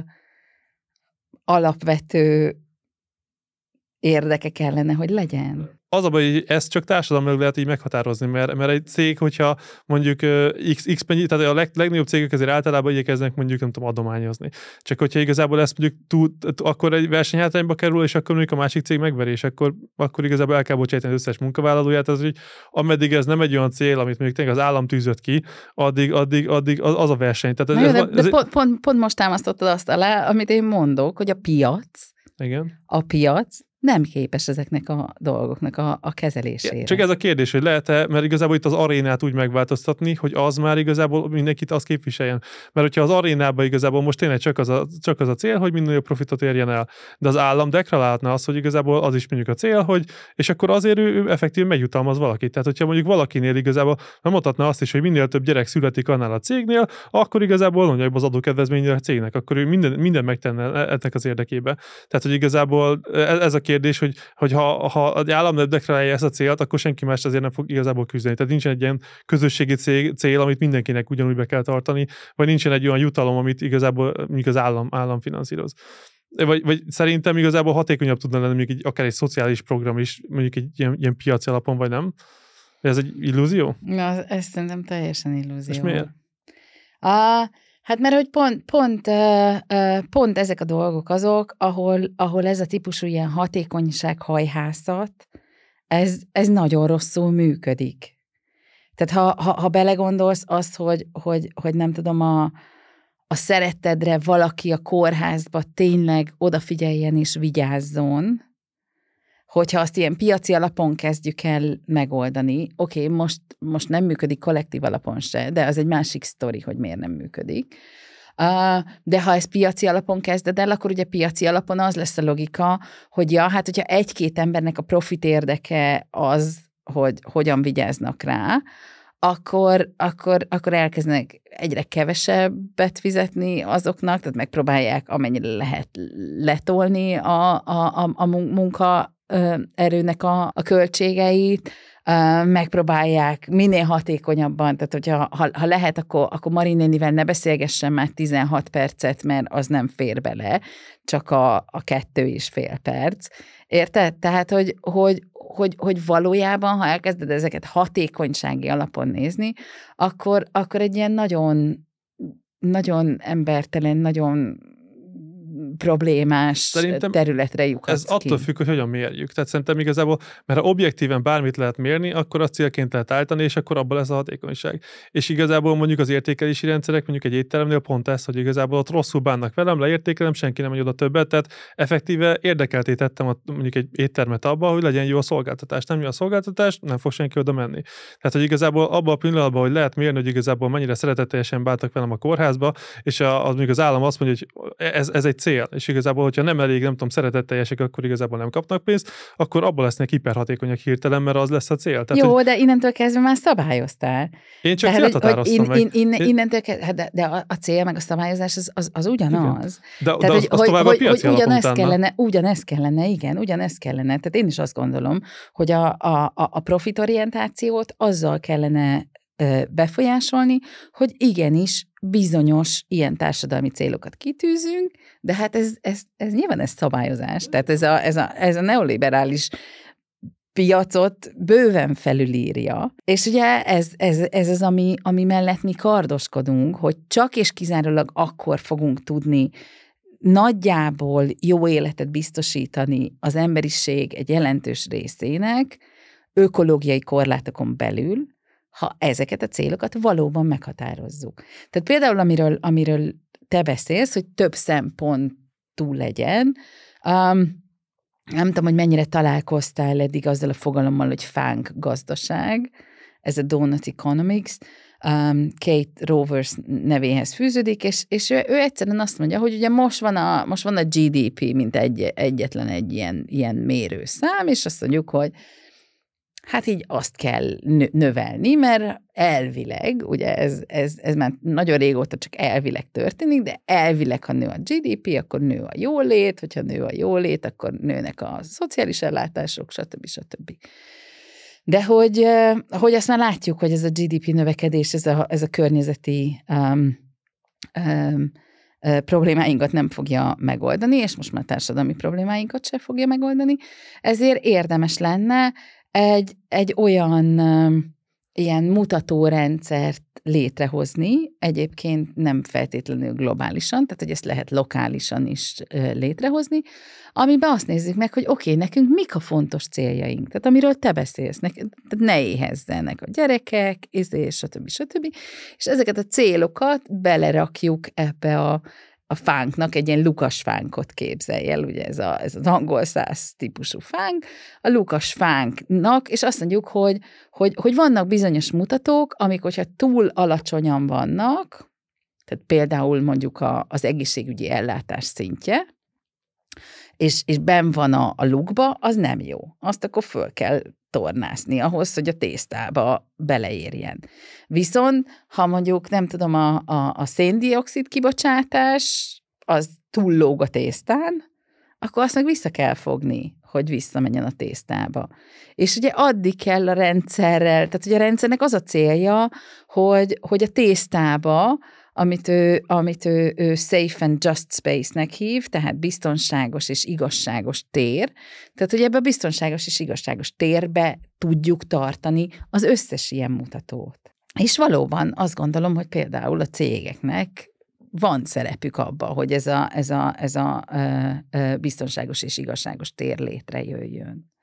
alapvető érdeke kellene, hogy legyen? Az a baj, hogy ezt csak társadalmilag lehet így meghatározni, mert, mert egy cég, hogyha mondjuk X, X tehát a leg, legnagyobb cégek azért általában igyekeznek mondjuk, nem tudom, adományozni. Csak hogyha igazából ezt mondjuk tud, akkor egy versenyhátrányba kerül, és akkor mondjuk a másik cég megveri, és akkor, akkor igazából el kell bocsájtani az összes munkavállalóját, az, hogy ameddig ez nem egy olyan cél, amit mondjuk tényleg az állam tűzött ki, addig, addig, addig az, az a verseny. Tehát ez, jó, ez, de, de pont, pont, pont most támasztottad azt alá, amit én mondok, hogy a piac, igen. a piac nem képes ezeknek a dolgoknak a, a kezelésére. Ja, csak ez a kérdés, hogy lehet-e, mert igazából itt az arénát úgy megváltoztatni, hogy az már igazából mindenkit azt képviseljen. Mert hogyha az arénában igazából most tényleg csak az a, csak az a cél, hogy minél jobb profitot érjen el. De az állam deklarálhatna azt, hogy igazából az is mondjuk a cél, hogy és akkor azért ő, ő effektív megjutalmaz valakit. Tehát, hogyha mondjuk valakinél igazából mondhatna azt is, hogy minél több gyerek születik annál a cégnél, akkor igazából nagyobb az adókedvezménye a cégnek. Akkor ő minden, minden megtenne ennek az érdekébe. Tehát, hogy igazából ez a kérdés, hogy, hogy ha, ha az állam nem deklarálja ezt a célt, akkor senki más azért nem fog igazából küzdeni. Tehát nincsen egy ilyen közösségi cél, cél, amit mindenkinek ugyanúgy be kell tartani, vagy nincsen egy olyan jutalom, amit igazából mondjuk az állam, állam finanszíroz. Vagy, vagy szerintem igazából hatékonyabb tudna lenni mondjuk egy, akár egy szociális program is, mondjuk egy ilyen, ilyen piaci alapon, vagy nem? Ez egy illúzió? Na, ez szerintem teljesen illúzió. És miért? A, hát mert hogy pont, pont, pont ezek a dolgok azok, ahol, ahol ez a típusú ilyen hatékonysághajhászat, ez, ez nagyon rosszul működik. Tehát ha, ha, ha belegondolsz azt, hogy, hogy, hogy nem tudom, a, a szerettedre valaki a kórházba tényleg odafigyeljen és vigyázzon, hogyha azt ilyen piaci alapon kezdjük el megoldani, oké, okay, most, most nem működik kollektív alapon se, de az egy másik sztori, hogy miért nem működik. Uh, de ha ezt piaci alapon kezded el, akkor ugye piaci alapon az lesz a logika, hogy ja, hát hogyha egy-két embernek a profit érdeke az, hogy hogyan vigyáznak rá, akkor, akkor, akkor elkezdenek egyre kevesebbet fizetni azoknak, tehát megpróbálják amennyire lehet letolni a, a, a, a munka erőnek a, a költségeit, megpróbálják minél hatékonyabban, tehát hogyha ha, ha lehet, akkor, akkor Mari nénivel ne beszélgessen már tizenhat percet, mert az nem fér bele, csak a, a kettő és fél perc. Érted? Tehát, hogy, hogy, hogy, hogy valójában, ha elkezded ezeket hatékonysági alapon nézni, akkor, akkor egy ilyen nagyon, nagyon embertelen, nagyon problémás szerintem területre lyukadsz ez attól függ, hogy hogyan mérjük. Tehát szerintem igazából, mert ha objektíven bármit lehet mérni, akkor azt célként lehet állítani, és akkor abban lesz a hatékonyság. És igazából mondjuk az értékelési rendszerek, mondjuk egy étteremnél pont ez, hogy igazából ott rosszul bánnak velem, leértékelem, senki nem megy oda többet, tehát effektíve érdekelté tettem a, mondjuk egy éttermet abba, hogy legyen jó a szolgáltatás. Nem jó a szolgáltatás, nem fog senki oda menni. Tehát, hogy igazából abban a pillanatban, hogy lehet mérni, hogy igazából mennyire szeretetteljesen bántak velem a kórházba, és a, az, mondjuk az állam azt mondja, hogy ez, ez egy cél. És igazából, hogyha nem elég, nem tudom, szeretetteljesek, akkor igazából nem kapnak pénzt, akkor abban lesznek hiperhatékonyak hirtelen, mert az lesz a cél. Tehát, jó, hogy... de innentől kezdve már szabályoztál. Én csak célt határoztam meg. In, in, in, innentől kezdve, de, de a, a cél meg a szabályozás az, az, az ugyanaz. De, tehát, de az, hogy, az tovább hogy, a piaci hogy ugyanezt utána. kellene, ugyanezt kellene, igen, ugyanezt kellene. Tehát én is azt gondolom, hogy a, a, a profitorientációt azzal kellene befolyásolni, hogy igenis bizonyos ilyen társadalmi célokat kitűzünk, de hát ez, ez, ez nyilván ez szabályozás. Tehát ez a, ez a, ez a neoliberális piacot bőven felülírja. És ugye ez, ez, ez az, ami, ami mellett mi kardoskodunk, hogy csak és kizárólag akkor fogunk tudni nagyjából jó életet biztosítani az emberiség egy jelentős részének ökológiai korlátokon belül, ha ezeket a célokat valóban meghatározzuk. Tehát például, amiről, amiről te beszélsz, hogy több szempontú legyen, um, nem tudom, hogy mennyire találkoztál eddig azzal a fogalommal, hogy fánk gazdaság, ez a donut economics, um, Kate Rovers nevéhez fűződik, és, és ő, ő egyszerűen azt mondja, hogy ugye most van a, most van a gé dé pé, mint egy, egyetlen egy ilyen, ilyen mérőszám, és azt mondjuk, hogy hát így azt kell növelni, mert elvileg, ugye ez, ez, ez már nagyon régóta csak elvileg történik, de elvileg, ha nő a gé dé pé, akkor nő a jólét, hogyha nő a jólét, akkor nőnek a szociális ellátások, stb. stb. De hogy, hogy azt már látjuk, hogy ez a gé dé pé növekedés, ez a, ez a környezeti um, um, problémáinkat nem fogja megoldani, és most már társadalmi problémáinkat sem fogja megoldani, ezért érdemes lenne egy, egy olyan um, ilyen mutatórendszert létrehozni, egyébként nem feltétlenül globálisan, tehát hogy ezt lehet lokálisan is uh, létrehozni, amiben azt nézzük meg, hogy oké, okay, nekünk mik a fontos céljaink, tehát amiről te beszélsz, ne, tehát ne éhezzenek a gyerekek, és stb. stb. És ezeket a célokat belerakjuk ebbe a a fánknak, egy ilyen lukas fánkot képzelj el, ugye ez, a, ez az angol száz típusú fánk, a lukas fánknak, és azt mondjuk, hogy, hogy, hogy vannak bizonyos mutatók, amik, hogyha túl alacsonyan vannak, tehát például mondjuk a, az egészségügyi ellátás szintje, és, és benn van a, a lukba, az nem jó. Azt akkor föl kell tornászni ahhoz, hogy a tésztába beleérjen. Viszont, ha mondjuk, nem tudom, a, a, a széndioxid kibocsátás az túl lóg a tésztán, akkor azt meg vissza kell fogni, hogy visszamenjen a tésztába. És ugye addig kell a rendszerrel, tehát ugye a rendszernek az a célja, hogy, hogy a tésztába, amit ő, amit ő, ő safe and just space-nek hív, tehát biztonságos és igazságos tér. Tehát, hogy ebbe a biztonságos és igazságos térbe tudjuk tartani az összes ilyen mutatót. És valóban azt gondolom, hogy például a cégeknek van szerepük abba, hogy ez a, ez a, ez a ö, ö, biztonságos és igazságos tér létrejöjjön.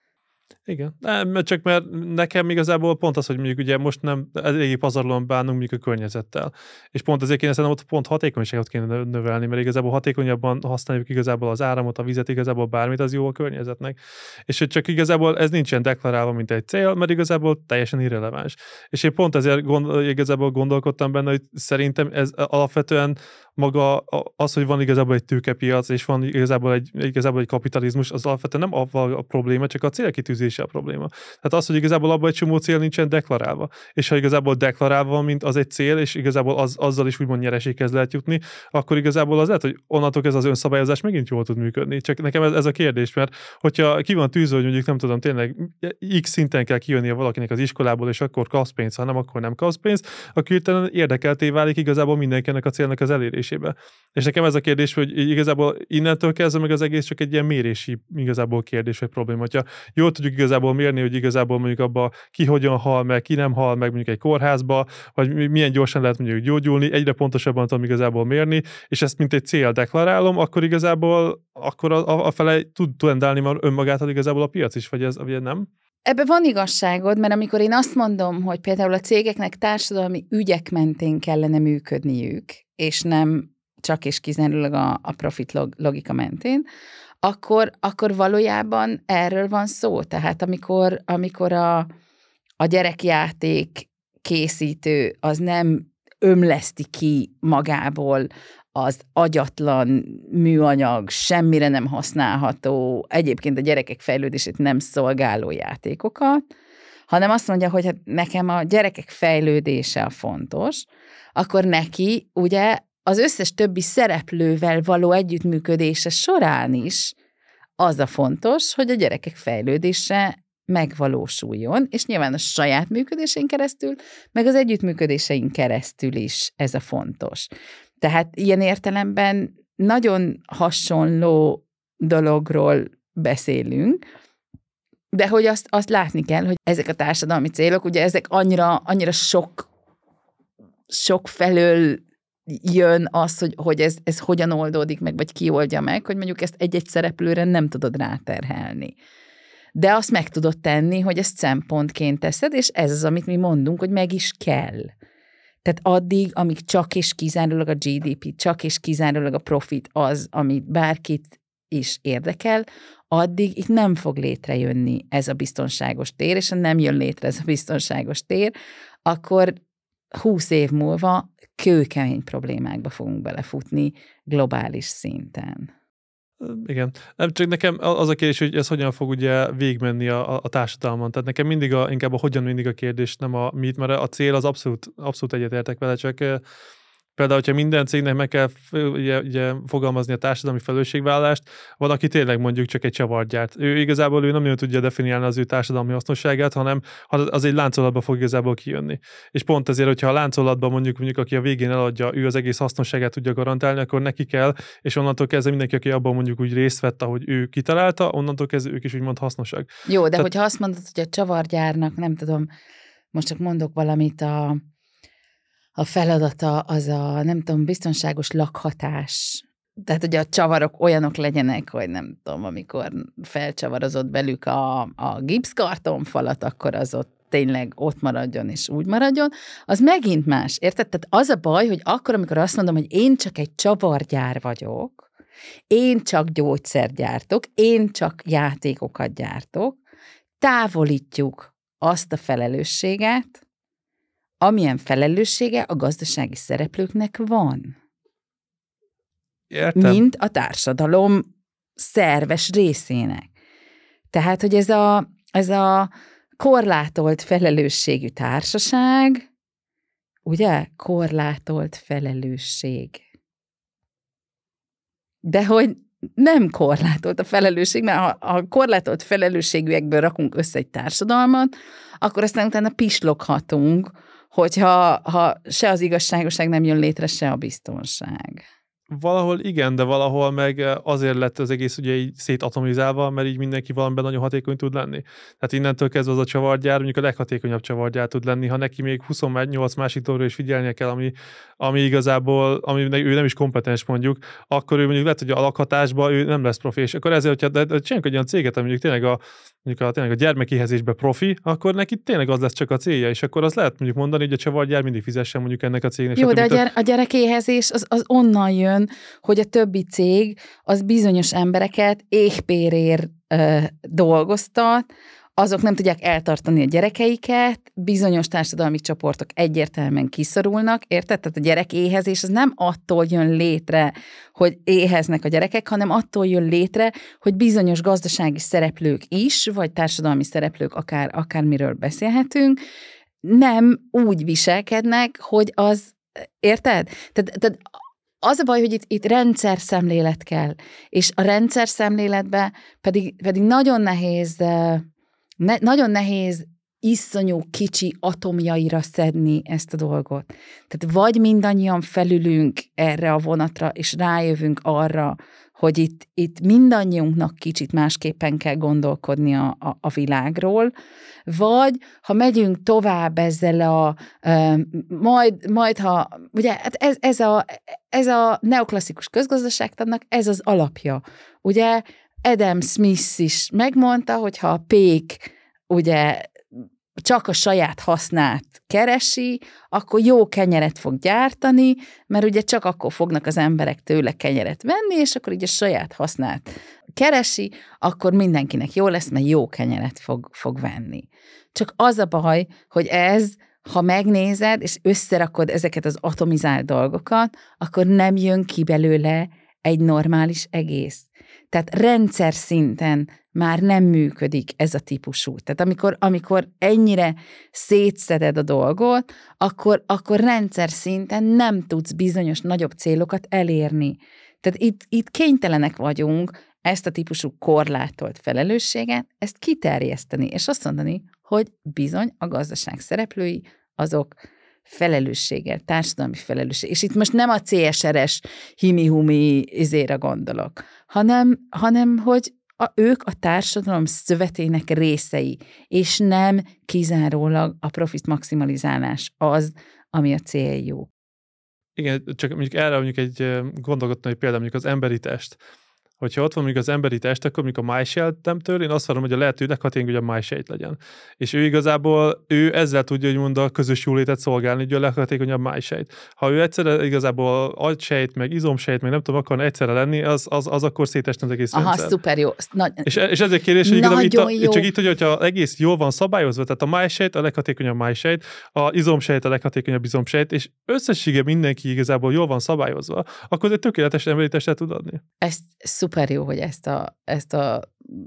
Igen, nem, csak mert nekem igazából pont az, hogy mondjuk ugye most nem eléggé pazarlóan bánunk mondjuk a környezettel. És pont ezért kéne szerintem ott pont hatékonyságot kéne növelni, mert igazából hatékonyabban használjuk igazából az áramot, a vizet, igazából bármit, az jó a környezetnek. És hogy csak igazából ez nincsen deklarálva, mint egy cél, mert igazából teljesen irreleváns. És én pont ezért gond, igazából gondolkodtam benne, hogy szerintem ez alapvetően maga az, hogy van igazából egy tőkepiac, és van igazából egy, igazából egy kapitalizmus, az alapvetően nem a, a probléma, csak a célkitűzése a probléma. Tehát az, hogy igazából abban egy csomó cél nincsen deklarálva. És ha igazából deklarálva van, mint az egy cél, és igazából az, azzal is úgymond nyereséghez lehet jutni, akkor igazából az lehet, hogy onnantól ez az önszabályozás megint jól tud működni. Csak nekem ez, ez a kérdés, mert hogyha ki van tűzve, hogy mondjuk nem tudom, tényleg X szinten kell kijönnie valakinek az iskolából, és akkor kapsz pénzt, ha nem, akkor nem kapsz pénzt, akkor hirtelen érdekelté válik igazából mindenkinek a célnak az elérésébe. És nekem ez a kérdés, hogy igazából innentől kezdve meg az egész csak egy ilyen mérési igazából kérdés vagy probléma. Ha jól tudjuk igazából mérni, hogy igazából mondjuk abba ki hogyan hal meg, ki nem hal meg mondjuk egy kórházba, vagy milyen gyorsan lehet mondjuk gyógyulni, egyre pontosabban tudom igazából mérni, és ezt mint egy cél deklarálom, akkor igazából akkor a, a, a fele tud tendálni már önmagától igazából a piac is, vagy ez vagy nem? Ebben van igazságod, mert amikor én azt mondom, hogy például a cégeknek társadalmi ügyek mentén kellene működniük, és nem csak és kizárólag a, a profit log, logika mentén, akkor, akkor valójában erről van szó. Tehát amikor, amikor a, a gyerekjáték készítő az nem ömleszti ki magából az agyatlan műanyag, semmire nem használható, egyébként a gyerekek fejlődését nem szolgáló játékokat, hanem azt mondja, hogy hát nekem a gyerekek fejlődése a fontos, akkor neki ugye az összes többi szereplővel való együttműködése során is az a fontos, hogy a gyerekek fejlődése megvalósuljon, és nyilván a saját működésén keresztül, meg az együttműködésein keresztül is ez a fontos. Tehát ilyen értelemben nagyon hasonló dologról beszélünk, de hogy azt, azt látni kell, hogy ezek a társadalmi célok, ugye ezek annyira, annyira sok, sok felől jön az, hogy, hogy ez, ez hogyan oldódik meg, vagy ki oldja meg, hogy mondjuk ezt egy-egy szereplőre nem tudod ráterhelni. De azt meg tudod tenni, hogy ezt szempontként teszed, és ez az, amit mi mondunk, hogy meg is kell. Tehát addig, amíg csak és kizárólag a gé dé pé, csak és kizárólag a profit az, amit bárkit is érdekel, addig itt nem fog létrejönni ez a biztonságos tér, és ha nem jön létre ez a biztonságos tér, akkor húsz év múlva kőkemény problémákba fogunk belefutni globális szinten. Igen. Nem csak nekem az a kérdés, hogy ez hogyan fog ugye végigmenni a, a társadalmon. Tehát nekem mindig a, inkább a hogyan mindig a kérdés, nem a mit, mert a cél az abszolút, abszolút egyetértek vele, csak például, hogyha minden cégnek meg kell ugye, ugye, fogalmazni a társadalmi felelősségvállalást, van, aki tényleg mondjuk csak egy csavart gyárt. Ő igazából ő nem nagyon tudja definiálni az ő társadalmi hasznosságát, hanem az egy láncolatba fog igazából kijönni. És pont ezért, hogyha a láncolatban mondjuk, mondjuk aki a végén eladja, ő az egész hasznosságát tudja garantálni, akkor neki kell, és onnantól kezdve mindenki, aki abban mondjuk úgy részt vett, ahogy ő kitalálta, onnantól kezdve ők is úgymond hasznosak. Jó, de Tehát... hogyha azt mondod, hogy a csavargyárnak, nem tudom, most csak mondok valamit, a a feladata az a, nem tudom, biztonságos lakhatás. Tehát, hogy a csavarok olyanok legyenek, hogy nem tudom, amikor felcsavarozott belük a, a gipszkartonfalat, akkor az ott tényleg ott maradjon és úgy maradjon, az megint más, érted? Tehát az a baj, hogy akkor, amikor azt mondom, hogy én csak egy csavargyár vagyok, én csak gyógyszert gyártok, én csak játékokat gyártok, távolítjuk azt a felelősséget, amilyen felelőssége a gazdasági szereplőknek van. Értem. Mint a társadalom szerves részének. Tehát, hogy ez a, ez a korlátolt felelősségű társaság, ugye? Korlátolt felelősség. De hogy nem korlátolt a felelősség, mert ha a korlátolt felelősségűekből rakunk össze egy társadalmat, akkor aztán utána pisloghatunk, hogyha ha se az igazságosság nem jön létre, se a biztonság. Valahol igen, de valahol meg azért lett az egész ugye így szétatomizálva, mert így mindenki valamiben nagyon hatékony tud lenni. Tehát innentől kezdve az a csavargyár mondjuk a leghatékonyabb csavargyár tud lenni, ha neki még huszonnyolc másik dolgra is figyelnie kell, ami, ami igazából, ami ő nem is kompetens mondjuk, akkor ő mondjuk lehet, hogy a lakhatásban ő nem lesz profi, és akkor ezért, hogyha csináljuk egy olyan céget, ami mondjuk tényleg a, mondjuk a, tényleg a gyermekéhezésben profi, akkor neki tényleg az lesz csak a célja, és akkor az lehet mondjuk mondani, hogy a csavargyár mindig fizessen mondjuk ennek a cégnek. Jó, de a, gyere, a gyerekéhezés az, az onnan jön, hogy a többi cég az bizonyos embereket éhpérér ö, dolgoztat, azok nem tudják eltartani a gyerekeiket, bizonyos társadalmi csoportok egyértelműen kiszorulnak, érted? Tehát a gyerekéhezés az nem attól jön létre, hogy éheznek a gyerekek, hanem attól jön létre, hogy bizonyos gazdasági szereplők is, vagy társadalmi szereplők, akár, akármiről beszélhetünk, nem úgy viselkednek, hogy az, érted? Tehát, tehát az a baj, hogy itt, itt rendszer szemlélet kell, és a rendszer szemléletben pedig, pedig nagyon nehéz, ne, nagyon nehéz iszonyú kicsi atomjaira szedni ezt a dolgot. Tehát vagy mindannyian felülünk erre a vonatra, és rájövünk arra, hogy itt, itt mindannyiunknak kicsit másképpen kell gondolkodni a, a, a világról, vagy ha megyünk tovább ezzel a, uh, majd, majd ha, ugye hát ez, ez, a, ez a neoklasszikus közgazdaságtannak, ez az alapja. Ugye Adam Smith is megmondta, hogy ha a pék ugye csak a saját hasznát keresi, akkor jó kenyeret fog gyártani, mert ugye csak akkor fognak az emberek tőle kenyeret venni, és akkor így a saját hasznát keresi, akkor mindenkinek jó lesz, mert jó kenyeret fog, fog venni. Csak az a baj, hogy ez, ha megnézed, és összerakod ezeket az atomizált dolgokat, akkor nem jön ki belőle egy normális egész. Tehát rendszer szinten már nem működik ez a típusú. Tehát amikor, amikor ennyire szétszeded a dolgot, akkor, akkor rendszer szinten nem tudsz bizonyos nagyobb célokat elérni. Tehát itt, itt kénytelenek vagyunk ezt a típusú korlátolt felelősséget, ezt kiterjeszteni, és azt mondani, hogy bizony a gazdaság szereplői azok felelősséggel, társadalmi felelősség. És itt most nem a cé es er-es himi-humi izére gondolok, hanem, hanem hogy a, ők a társadalom szövetének részei, és nem kizárólag a profit maximalizálás az, ami a céljuk. Igen, csak mondjuk erre mondjuk egy gondolkodni példa, mondjuk az emberi test. Hogyha ott van mondjuk az emberi test, akkor mondjuk a májsejtemtől, én azt várom, hogy a lehető leghatékonyabb, hogy a májsejt legyen. És ő igazából, ő ezzel tudja, hogy mond a közös jólétet szolgálni, hogy a leghatékonyabb májsejt. Ha ő egyszerre igazából agysejt, meg izomsejt, meg nem tudom, akarna egyszerre lenni, az, az, az akkor szétesne az egész Aha, rendszer. szuper jó. Nagy... És, és ezért kérdés, hogy igazából itt a, csak itt, hogyha egész jól van szabályozva, tehát a májsejt a leghatékonyabb májsejt, a izomsejt a leghatékonyabb izomsejt, és összessége mindenki igazából jól van szabályozva, akkor egy tökéletes emberi testet tud adni. Ezt szuper jó, hogy ezt a, ezt a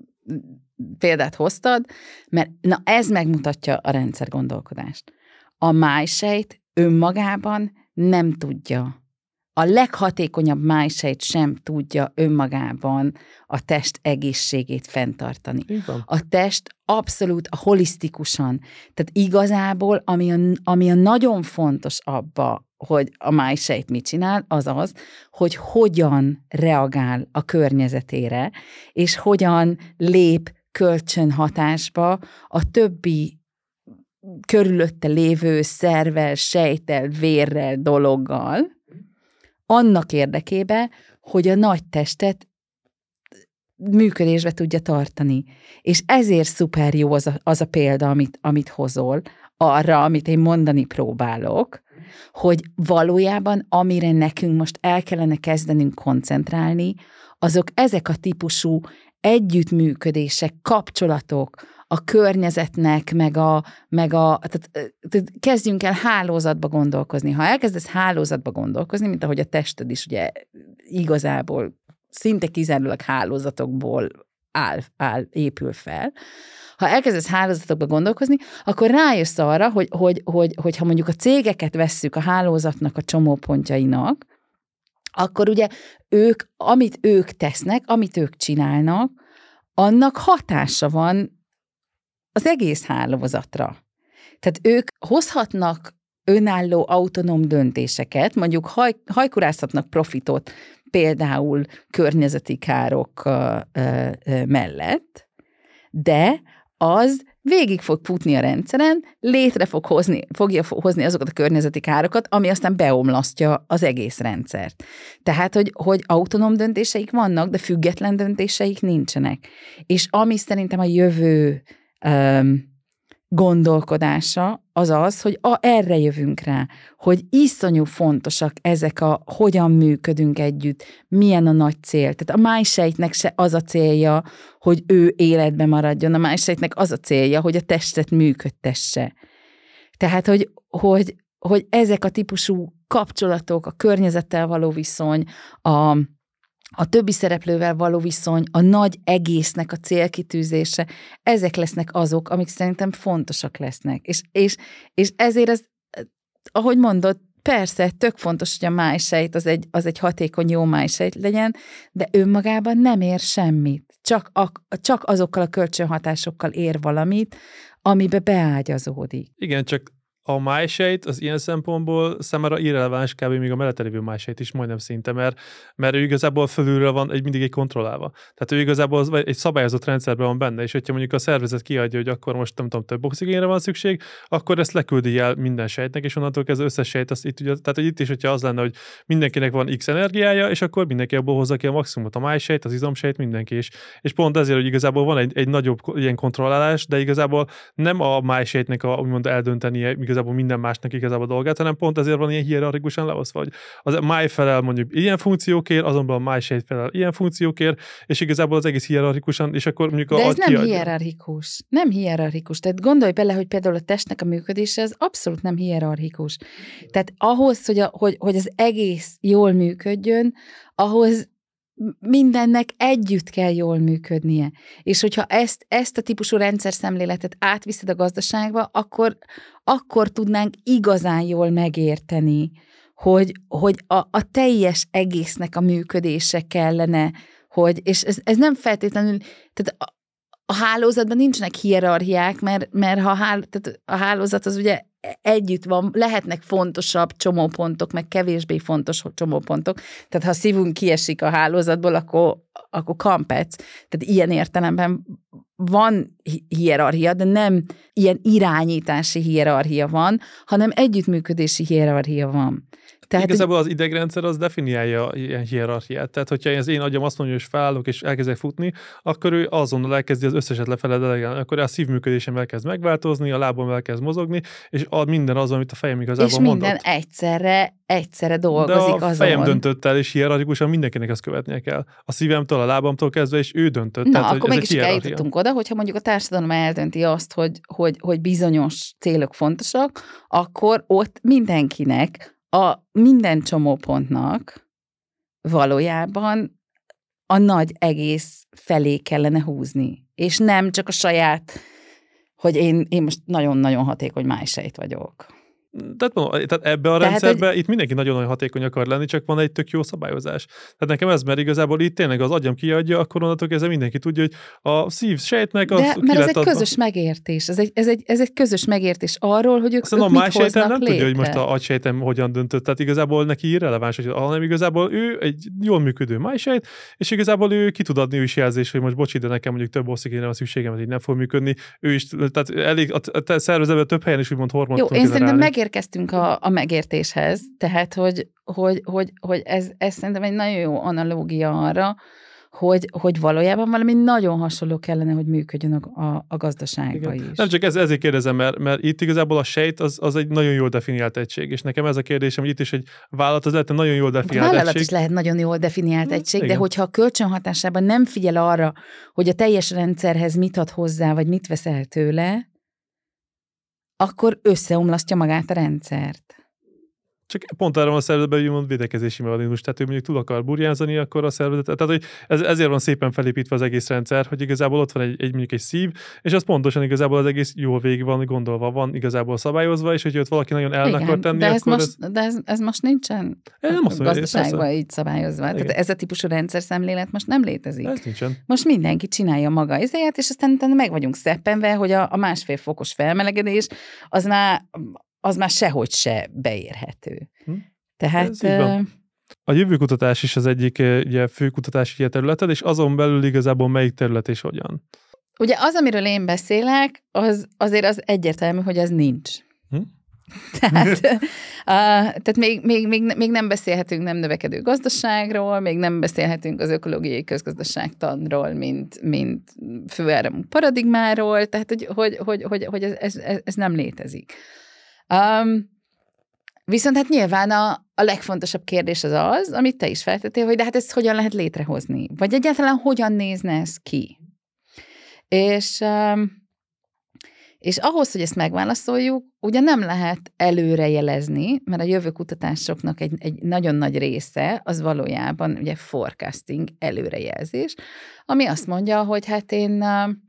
példát hoztad, mert na ez megmutatja a rendszer gondolkodást. A májsejt önmagában nem tudja. A leghatékonyabb májsejt sem tudja önmagában a test egészségét fenntartani. A test abszolút a holisztikusan. Tehát igazából, ami a, ami a nagyon fontos abba, hogy a májsejt mit csinál, az az, hogy hogyan reagál a környezetére, és hogyan lép kölcsönhatásba a többi körülötte lévő szervvel, sejttel, vérrel, dologgal, annak érdekében, hogy a nagy testet működésbe tudja tartani. És ezért szuper jó az a, az a példa, amit, amit hozol, arra, amit én mondani próbálok, hogy valójában amire nekünk most el kellene kezdenünk koncentrálni, azok ezek a típusú együttműködések, kapcsolatok, a környezetnek, meg a, meg a tehát, tehát kezdjünk el hálózatba gondolkozni. Ha elkezdesz hálózatba gondolkozni, mint ahogy a tested is ugye igazából szinte kizárólag hálózatokból áll, áll, épül fel, ha elkezdesz hálózatokba gondolkozni, akkor rájössz arra, hogy, hogy, hogy, hogy ha mondjuk a cégeket vesszük a hálózatnak a csomópontjainak, akkor ugye ők, amit ők tesznek, amit ők csinálnak, annak hatása van az egész hálózatra. Tehát ők hozhatnak önálló, autonóm döntéseket, mondjuk haj, hajkurázhatnak profitot, például környezeti károk ö, ö, mellett, de az végig fog futni a rendszeren, létre fog hozni, fogja hozni azokat a környezeti károkat, ami aztán beomlasztja az egész rendszert. Tehát, hogy, hogy autonóm döntéseik vannak, de független döntéseik nincsenek. És ami szerintem a jövő um, gondolkodása az az, hogy a, erre jövünk rá, hogy iszonyú fontosak ezek a hogyan működünk együtt, milyen a nagy cél. Tehát a májsejtnek se az a célja, hogy ő életben maradjon, a májsejtnek az a célja, hogy a testet működtesse. Tehát, hogy, hogy, hogy ezek a típusú kapcsolatok, a környezettel való viszony, a a többi szereplővel való viszony, a nagy egésznek a célkitűzése, ezek lesznek azok, amik szerintem fontosak lesznek. És, és, és ezért az, ahogy mondod, persze, tök fontos, hogy a májsejt az egy, az egy hatékony jó májsejt legyen, de önmagában nem ér semmit. Csak, a, csak azokkal a kölcsönhatásokkal ér valamit, amibe beágyazódik. Igen, csak a májsejt az ilyen szempontból számára irreleváns, kb. Még a mellette lévő májsejt is majdnem szinte, mert, mert ő igazából fölülről van egy, mindig egy kontrollálva. Tehát ő igazából egy szabályozott rendszerben van benne, és hogyha mondjuk a szervezet kiadja, hogy akkor most nem tudom, több oxigénre van szükség, akkor ezt leküldi el minden sejtnek, és onnantól kezdve összes sejt, azt itt, ugye, tehát hogy itt is, hogyha az lenne, hogy mindenkinek van X energiája, és akkor mindenki abból hozza ki a maximumot, a májsejt, az izomsejt, mindenki is. És pont ezért, hogy igazából van egy, egy nagyobb ilyen kontrollálás, de igazából nem a májsejtnek a úgymond eldöntenie igazából minden másnak igazából dolgát, hanem pont ezért van ilyen hierarchikusan leosztva, hogy az máj felel mondjuk ilyen funkciókért, azonban a májsejt felel ilyen funkciókért, és igazából az egész hierarchikusan, és akkor mondjuk de a ez nem kiadja. hierarchikus. Nem hierarchikus. Tehát gondolj bele, hogy például a testnek a működése az abszolút nem hierarchikus. Tehát ahhoz, hogy, a, hogy, hogy az egész jól működjön, ahhoz mindennek együtt kell jól működnie. És hogyha ezt, ezt a típusú rendszerszemléletet átviszed a gazdaságba, akkor, akkor tudnánk igazán jól megérteni, hogy, hogy a, a teljes egésznek a működése kellene, hogy, és ez, ez nem feltétlenül, tehát a, a hálózatban nincsenek hierarchiák, mert, mert ha a, hál, tehát a hálózat az ugye együtt van, lehetnek fontosabb csomópontok, meg kevésbé fontos csomópontok. Tehát ha a szívünk kiesik a hálózatból, akkor, akkor kampec. Tehát ilyen értelemben van hierarchia, de nem ilyen irányítási hierarchia van, hanem együttműködési hierarchia van. Tehát igazából az idegrendszer az definiálja ilyen hierarchiát. Tehát, hogyha az én agyam azt mondja, hogy felállok és elkezdek futni, akkor ő azonnal elkezdi az összeset lefele delegálni. Akkor a szívműködésem elkezd megváltozni, a lábam elkezd mozogni, és a minden az, amit a fejem igazából és mondott. És minden egyszerre, egyszerre dolgozik azon. De a fejem azon. döntött el, és hierarchikusan mindenkinek ezt követnie kell. A szívemtől, a lábamtól kezdve, és ő döntött. Na, tehát, akkor mégis eljutottunk oda, hogyha mondjuk a társadalom eldönti azt, hogy, hogy, hogy bizonyos célok fontosak, akkor ott mindenkinek a minden csomópontnak valójában a nagy egész felé kellene húzni. És nem csak a saját, hogy én, én most nagyon-nagyon hatékony májsejt vagyok. Tehát, mondom, tehát ebbe a tehát, rendszerbe hogy... itt mindenki nagyon-nagyon hatékony akar lenni, csak van egy tök jó szabályozás. Tehát nekem ez, mert igazából itt tényleg az agyam kiadja, akkor onnantól kezdve mindenki tudja, hogy a szív sejtnek az De, ki mert ez egy adva. közös megértés. Ez egy, ez, egy, ez egy közös megértés arról, hogy ők, ők a mit hoznak nem létre. tudja, hogy most a agysejtem hogyan döntött, tehát igazából neki irreleváns, hogy, hanem igazából ő egy jól működő májsejt, és igazából ő ki tud adni ő is jelzés, hogy most bocsi, de nekem mondjuk több oxigénre van szükségem, hogy így nem fog működni. Ő is, tehát elég, a szervezetben több helyen is úgymond hormont. Jó, én szerintem megérkeztünk a a megértéshez, tehát, hogy, hogy, hogy, hogy ez, ez szerintem egy nagyon jó analógia arra, hogy, hogy valójában valami nagyon hasonló kellene, hogy működjön a, a, a gazdaságban is. Nem csak ez, ezért kérdezem, mert, mert itt igazából a sejt az, az egy nagyon jól definiált egység, és nekem ez a kérdésem, hogy itt is egy vállalat, az lehet egy nagyon jól definiált vállalat egység. is lehet nagyon jól definiált hmm, egység, igen. De hogyha a kölcsönhatásában nem figyel arra, hogy a teljes rendszerhez mit ad hozzá, vagy mit vesz el tőle, akkor összeomlasztja magát a rendszert. Csak pont arra a szervezetben úgymond védekezési mechanizmus, tehát ő mondjuk túl akar burjánzani, akkor a szervezet, tehát hogy ez, ezért van szépen felépítve az egész rendszer, hogy igazából ott van egy, egy mondjuk egy szív, és az pontosan igazából az egész jól végig van gondolva, van igazából szabályozva, és hogyha ott valaki nagyon el akar tenni, de ez akkor most, ez... De ez, ez most nincsen nem a gazdaságban így szabályozva. Igen. Tehát ez a típusú rendszer szemlélet most nem létezik. Ez nincsen. Most mindenki csinálja maga izéját, és aztán meg vagyunk szeppenve, hogy a, a másfél fokos felmelegedés, az már az már sehogy se beérhető. Hm. Tehát... A jövőkutatás is az egyik ugye, főkutatási területed, és azon belül igazából melyik terület és hogyan? Ugye az, amiről én beszélek, az azért az egyértelmű, hogy az nincs. Hm? Tehát, uh, tehát még, még, még, még nem beszélhetünk nem növekedő gazdaságról, még nem beszélhetünk az ökológiai közgazdaságtanról, mint, mint főáramú paradigmáról, tehát hogy, hogy, hogy, hogy, hogy ez, ez, ez nem létezik. Um, viszont hát nyilván a, a legfontosabb kérdés az az, amit te is feltettél, hogy de hát ezt hogyan lehet létrehozni? Vagy egyáltalán hogyan nézne ez ki? És... Um, És ahhoz, hogy ezt megválaszoljuk, ugye nem lehet előrejelezni, mert a jövőkutatásoknak egy, egy nagyon nagy része az valójában ugye forecasting, előrejelzés, ami azt mondja, hogy hát én,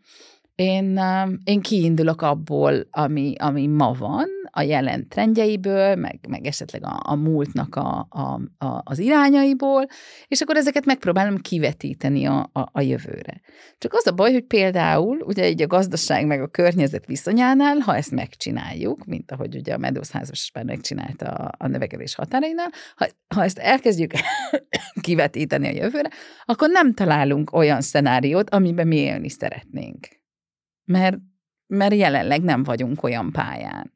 én, én kiindulok abból, ami, ami ma van, a jelen trendjeiből, meg, meg esetleg a, a múltnak a, a, a, az irányaiból, és akkor ezeket megpróbálom kivetíteni a, a, a jövőre. Csak az a baj, hogy például ugye így a gazdaság meg a környezet viszonyánál, ha ezt megcsináljuk, mint ahogy ugye a Meadows házaspár megcsinálta a, a növekedés határainál, ha, ha ezt elkezdjük kivetíteni a jövőre, akkor nem találunk olyan szenáriót, amiben mi élni szeretnénk. Mert, mert jelenleg nem vagyunk olyan pályán.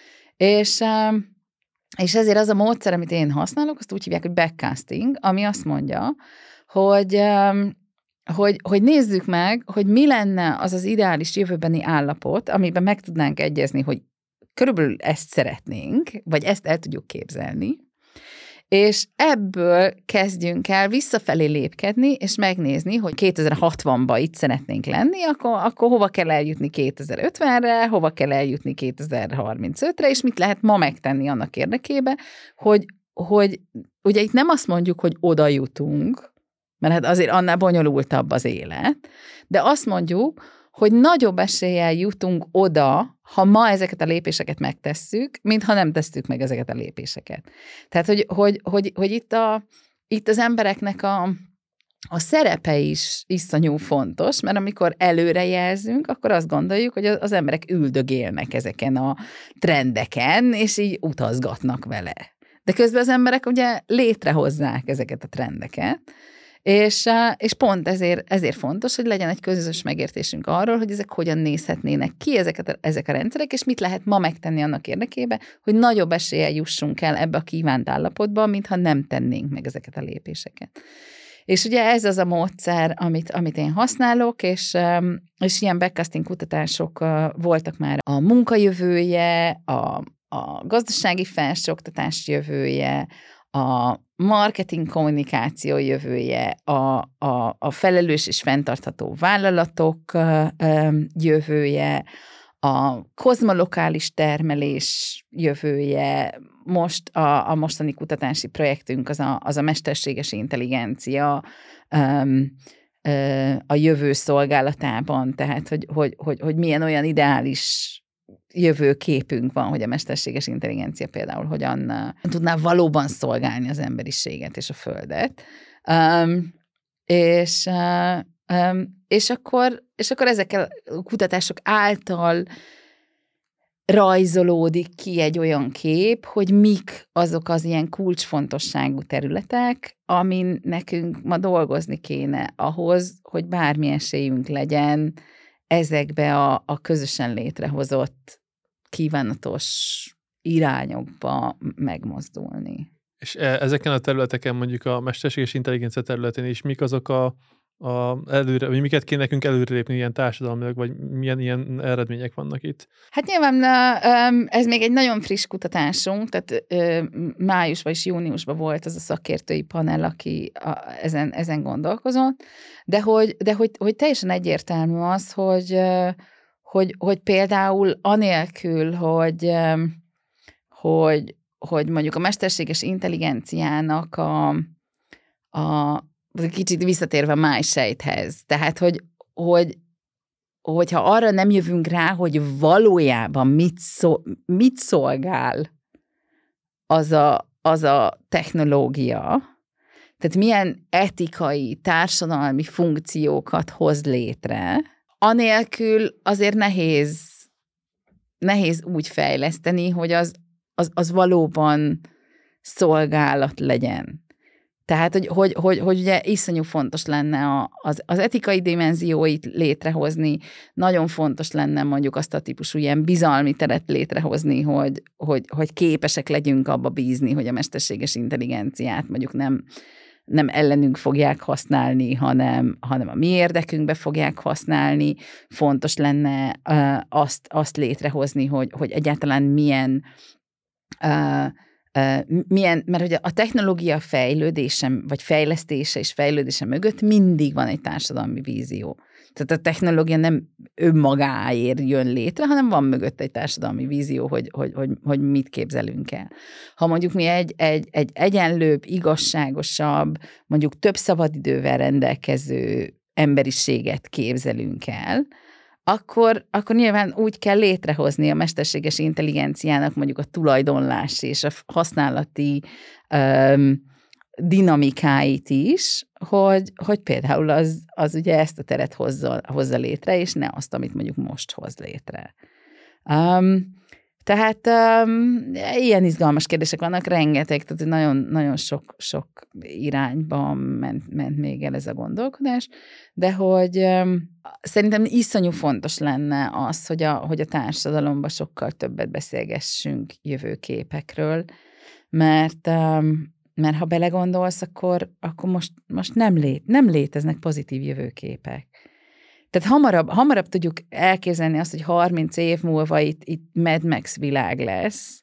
És, és ezért az a módszer, amit én használok, azt úgy hívják, hogy backcasting, ami azt mondja, hogy, hogy, hogy nézzük meg, hogy mi lenne az az ideális jövőbeni állapot, amiben meg tudnánk egyezni, hogy körülbelül ezt szeretnénk, vagy ezt el tudjuk képzelni, és ebből kezdjünk el visszafelé lépkedni, és megnézni, hogy kétezer-hatvanban itt szeretnénk lenni, akkor, akkor hova kell eljutni kétezer-ötvenre, hova kell eljutni kétezer-harmincötre, és mit lehet ma megtenni annak érdekében, hogy, hogy ugye itt nem azt mondjuk, hogy oda jutunk, mert hát azért annál bonyolultabb az élet, de azt mondjuk, hogy nagyobb eséllyel jutunk oda, ha ma ezeket a lépéseket megtesszük, mint ha nem tesszük meg ezeket a lépéseket. Tehát, hogy, hogy, hogy, hogy itt, a, itt az embereknek a, a szerepe is iszonyú fontos, mert amikor előrejelzünk, akkor azt gondoljuk, hogy az emberek üldögélnek ezeken a trendeken, és így utazgatnak vele. De közben az emberek ugye létrehozzák ezeket a trendeket, És, és pont ezért, ezért fontos, hogy legyen egy közös megértésünk arról, hogy ezek hogyan nézhetnének ki ezeket a, ezek a rendszerek, és mit lehet ma megtenni annak érdekében, hogy nagyobb eséllyel jussunk el ebbe a kívánt állapotba, mintha nem tennénk meg ezeket a lépéseket. És ugye ez az a módszer, amit, amit én használok, és, és ilyen backcasting kutatások voltak már a munkajövője, a, a gazdasági felsőoktatás jövője, a marketing kommunikáció jövője, a, a, a felelős és fenntartható vállalatok jövője, a kozmolokális termelés jövője, most a, a mostani kutatási projektünk az a, az a mesterséges intelligencia a jövő szolgálatában, tehát hogy, hogy, hogy, hogy milyen olyan ideális jövőképünk van, hogy a mesterséges intelligencia például hogyan uh, tudná valóban szolgálni az emberiséget és a Földet. Um, és, uh, um, és, akkor, és akkor ezekkel a kutatások által rajzolódik ki egy olyan kép, hogy mik azok az ilyen kulcsfontosságú területek, amin nekünk ma dolgozni kéne ahhoz, hogy bármi esélyünk legyen ezekbe a, a közösen létrehozott kívánatos irányokba megmozdulni. És ezeken a területeken, mondjuk a mesterséges intelligencia területén is mik azok a, a előre, vagy miket kéne nekünk előrelépni ilyen társadalmilag, vagy milyen ilyen eredmények vannak itt? Hát nyilván ez még egy nagyon friss kutatásunk, tehát májusban és júniusban volt az a szakértői panel, aki ezen, ezen gondolkozott, de, hogy, de hogy, hogy teljesen egyértelmű az, hogy, hogy, hogy például anélkül, hogy, hogy, hogy mondjuk a mesterséges intelligenciának a, a kicsit visszatérve májsejthez, tehát, hogy, hogy, hogyha arra nem jövünk rá, hogy valójában mit, szol, mit szolgál az a, az a technológia, tehát milyen etikai, társadalmi funkciókat hoz létre, anélkül azért nehéz nehéz úgy fejleszteni, hogy az, az, az valóban szolgálat legyen. Tehát, hogy, hogy, hogy, hogy ugye iszonyú fontos lenne a, az, az etikai dimenzióit létrehozni, nagyon fontos lenne mondjuk azt a típusú ilyen bizalmi teret létrehozni, hogy, hogy, hogy képesek legyünk abba bízni, hogy a mesterséges intelligenciát mondjuk nem, nem ellenünk fogják használni, hanem, hanem a mi érdekünkbe fogják használni. Fontos lenne uh, azt, azt létrehozni, hogy, hogy egyáltalán milyen uh, milyen, mert ugye a technológia fejlődése, vagy fejlesztése és fejlődése mögött mindig van egy társadalmi vízió. Tehát a technológia nem önmagáért jön létre, hanem van mögött egy társadalmi vízió, hogy, hogy, hogy, hogy mit képzelünk el. Ha mondjuk mi egy, egy, egy egyenlőbb, igazságosabb, mondjuk több szabadidővel rendelkező emberiséget képzelünk el, Akkor, akkor nyilván úgy kell létrehozni a mesterséges intelligenciának mondjuk a tulajdonlás és a használati um, dinamikáit is, hogy, hogy például az, az ugye ezt a teret hozza, hozza létre, és ne azt, amit mondjuk most hoz létre. Um, tehát um, ilyen izgalmas kérdések vannak, rengeteg, tehát nagyon, nagyon sok, sok irányba ment, ment még el ez a gondolkodás, de hogy um, szerintem iszonyú fontos lenne az, hogy a, hogy a társadalomban sokkal többet beszélgessünk jövőképekről, mert, um, mert ha belegondolsz, akkor, akkor most, most nem, lé, nem léteznek pozitív jövőképek. Tehát hamarabb, hamarabb tudjuk elképzelni azt, hogy harminc év múlva itt, itt Mad Max világ lesz,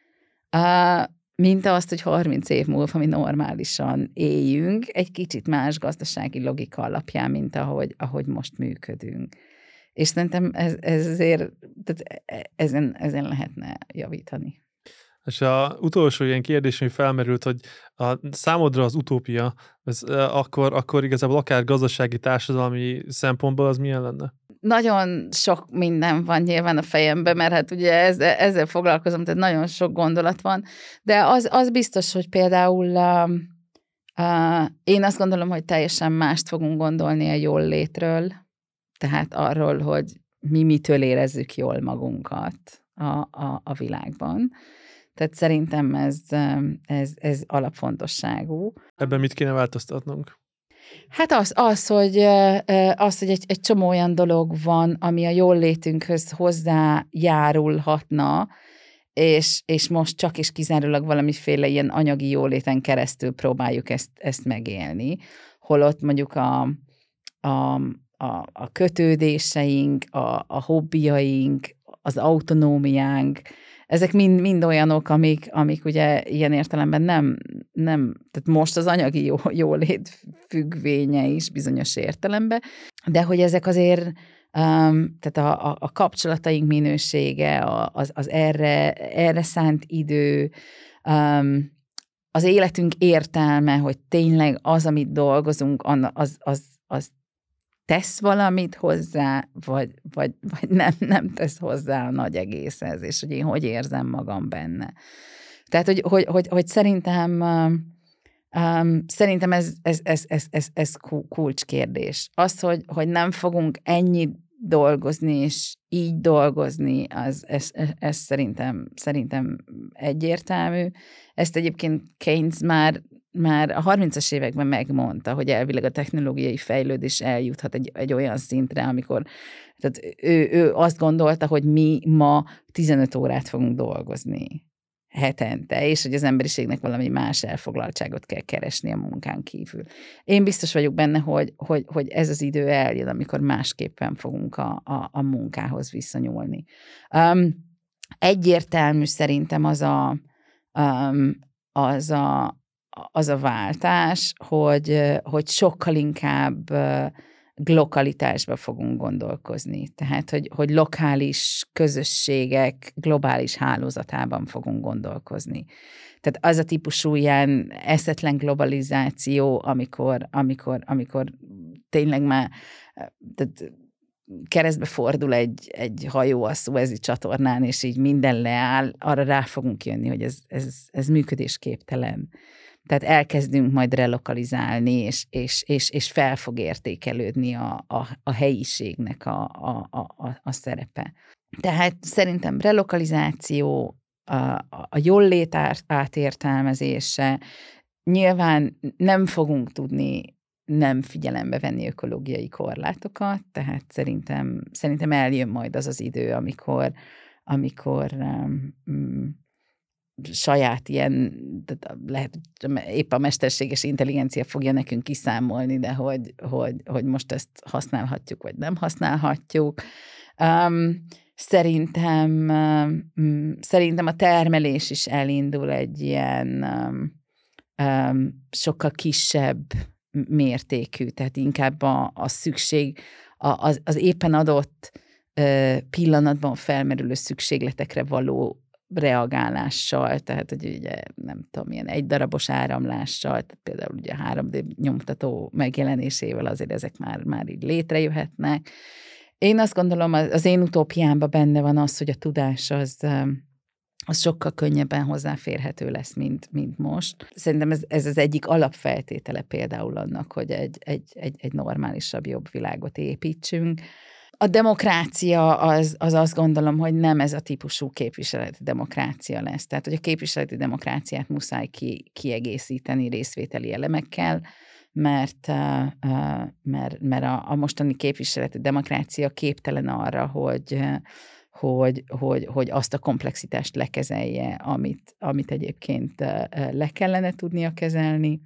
uh, mint azt, hogy harminc év múlva mi normálisan éljünk, egy kicsit más gazdasági logika alapján, mint ahogy, ahogy most működünk. És szerintem ez, ez azért, tehát ezen, ezen lehetne javítani. És az utolsó ilyen kérdés, ami felmerült, hogy a számodra az utópia, ez, akkor, akkor igazából akár gazdasági, társadalmi szempontból az milyen lenne? Nagyon sok minden van nyilván a fejemben, mert hát ugye ezzel, ezzel foglalkozom, tehát nagyon sok gondolat van, de az, az biztos, hogy például uh, uh, én azt gondolom, hogy teljesen mást fogunk gondolni a jól létről, tehát arról, hogy mi mitől érezzük jól magunkat a, a, a világban. Tehát szerintem ez, ez, ez alapfontosságú. Ebben mit kéne változtatnunk? Hát az, az, hogy, az, hogy egy, egy csomó olyan dolog van, ami a jól létünkhöz hozzájárulhatna, és, és most csak és kizárólag valamiféle ilyen anyagi jóléten keresztül próbáljuk ezt, ezt megélni. Holott mondjuk a, a, a, a kötődéseink, a, a hobbiaink, az autonómiánk, ezek mind, mind olyanok, amik, amik ugye ilyen értelemben nem, nem, tehát most az anyagi jó, jólét függvénye is bizonyos értelemben, de hogy ezek azért, um, tehát a, a, a kapcsolataink minősége, az, az erre, erre szánt idő, um, az életünk értelme, hogy tényleg az, amit dolgozunk, az, az, az tesz valamit hozzá, vagy, vagy, vagy nem, nem tesz hozzá a nagy egészhez, és hogy én hogy érzem magam benne. Tehát, hogy, hogy, hogy, hogy szerintem, um, szerintem ez, ez, ez, ez, ez, ez kulcskérdés. Az, hogy, hogy nem fogunk ennyit dolgozni, és így dolgozni, az, ez, ez, ez szerintem, szerintem egyértelmű. Ezt egyébként Keynes már már a harmincas években megmondta, hogy elvileg a technológiai fejlődés eljuthat egy, egy olyan szintre, amikor tehát ő, ő azt gondolta, hogy mi ma tizenöt órát fogunk dolgozni hetente, és hogy az emberiségnek valami más elfoglaltságot kell keresni a munkán kívül. Én biztos vagyok benne, hogy, hogy, hogy ez az idő eljön, amikor másképpen fogunk a, a, a munkához viszonyulni. Um, egyértelmű szerintem az a, um, az a az a váltás, hogy, hogy sokkal inkább lokalitásba fogunk gondolkozni. Tehát, hogy, hogy lokális közösségek globális hálózatában fogunk gondolkozni. Tehát az a típusú ilyen eszetlen globalizáció, amikor, amikor, amikor tényleg már tehát keresztbe fordul egy, egy hajó a Szuezi csatornán, és így minden leáll, arra rá fogunk jönni, hogy ez, ez, ez működésképtelen. Tehát elkezdünk majd relokalizálni, és, és, és, és fel fog értékelődni a, a, a helyiségnek a, a, a, a szerepe. Tehát szerintem relokalizáció, a, a jólét átértelmezése, nyilván nem fogunk tudni nem figyelembe venni ökológiai korlátokat, tehát szerintem, szerintem eljön majd az az idő, amikor, amikor um, saját ilyen, lehet, épp a mesterséges intelligencia fogja nekünk kiszámolni, de hogy, hogy, hogy most ezt használhatjuk, vagy nem használhatjuk. Um, szerintem, um, szerintem a termelés is elindul egy ilyen um, um, sokkal kisebb mértékű, tehát inkább a, a szükség, a, az, az éppen adott uh, pillanatban felmerülő szükségletekre való reagálással, tehát hogy ugye nem tudom, ilyen egy darabos áramlással, tehát például ugye a három dé nyomtató megjelenésével azért ezek már, már így létrejöhetnek. Én azt gondolom, az én utópiámban benne van az, hogy a tudás az, az sokkal könnyebben hozzáférhető lesz, mint, mint most. Szerintem ez, ez az egyik alapfeltétele például annak, hogy egy, egy, egy, egy normálisabb, jobb világot építsünk. A demokrácia az, az azt gondolom, hogy nem ez a típusú képviseleti demokrácia lesz. Tehát, hogy a képviseleti demokráciát muszáj ki, kiegészíteni részvételi elemekkel, mert, mert, mert a, a mostani képviseleti demokrácia képtelen arra, hogy, hogy, hogy, hogy azt a komplexitást lekezelje, amit, amit egyébként le kellene tudnia kezelni,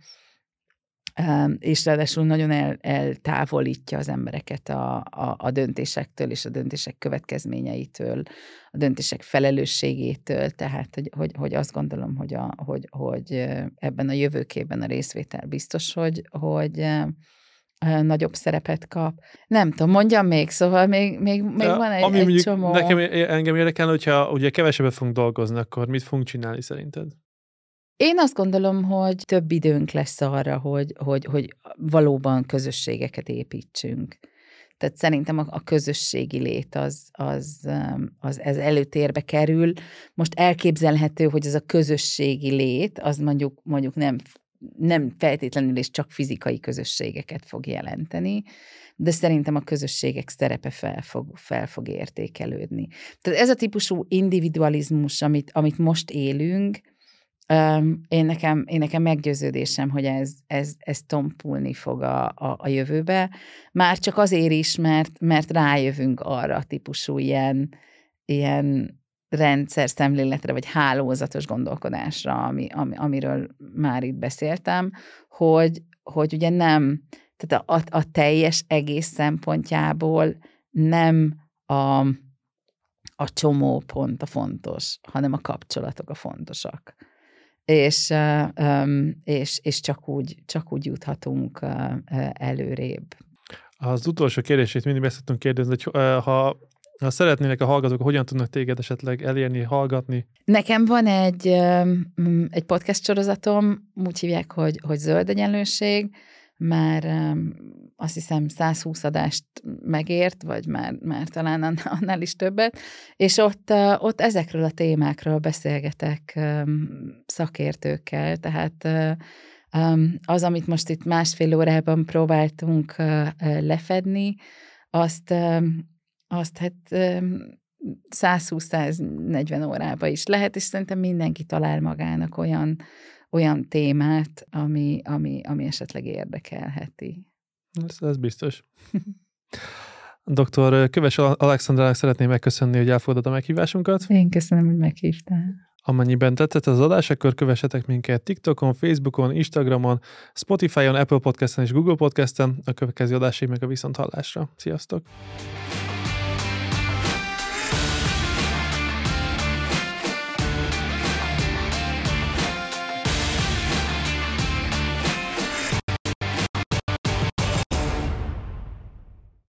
és ráadásul nagyon el, eltávolítja az embereket a, a, a döntésektől és a döntések következményeitől, a döntések felelősségétől, tehát hogy, hogy, hogy azt gondolom, hogy, a, hogy, hogy ebben a jövőképben a részvétel biztos, hogy, hogy nagyobb szerepet kap. Nem tudom, mondjam még, szóval még, még, még ja, van egy, ami egy csomó... Nekem engem érdekel, hogyha ugye kevesebbet fogunk dolgozni, akkor mit fogunk csinálni szerinted? Én azt gondolom, hogy több időnk lesz arra, hogy, hogy, hogy valóban közösségeket építsünk. Tehát szerintem a, a közösségi lét az, az, az ez előtérbe kerül. Most elképzelhető, hogy ez a közösségi lét, az mondjuk, mondjuk nem, nem feltétlenül és csak fizikai közösségeket fog jelenteni, de szerintem a közösségek szerepe fel fog, fel fog értékelődni. Tehát ez a típusú individualizmus, amit, amit most élünk, Um, én, nekem, én nekem meggyőződésem, hogy ez, ez, ez tompulni fog a, a, a jövőbe. Már csak azért is, mert, mert rájövünk arra a típusú ilyen, ilyen rendszer szemléletre, vagy hálózatos gondolkodásra, ami, ami, amiről már itt beszéltem, hogy, hogy ugye nem, tehát a, a teljes egész szempontjából nem a, a csomópont a fontos, hanem a kapcsolatok a fontosak. És, és, és csak, úgy, csak úgy juthatunk előrébb. Az utolsó kérdését mindig ezt tudtunk kérdezni, hogy ha, ha szeretnének a hallgatók, hogyan tudnak téged esetleg elérni, hallgatni? Nekem van egy, egy podcast sorozatom, úgy hívják, hogy, hogy Zöld Egyenlőség, már azt hiszem százhúsz adást megért, vagy már, már talán annál is többet, és ott, ott ezekről a témákról beszélgetek szakértőkkel, tehát az, amit most itt másfél órában próbáltunk lefedni, azt, azt hát százhúsz-száznegyven órába is lehet, és szerintem mindenki talál magának olyan olyan témát, ami, ami, ami esetleg érdekelheti. Ez, ez biztos. doktor Köves Alexandrának szeretném megköszönni, hogy elfogadod a meghívásunkat. Én köszönöm, hogy meghívtál. Amennyiben tetszett az adás, akkor kövessetek minket TikTokon, Facebookon, Instagramon, Spotify-on, Apple Podcasten és Google Podcasten. A következő adásig meg a viszonthallásra. Sziasztok!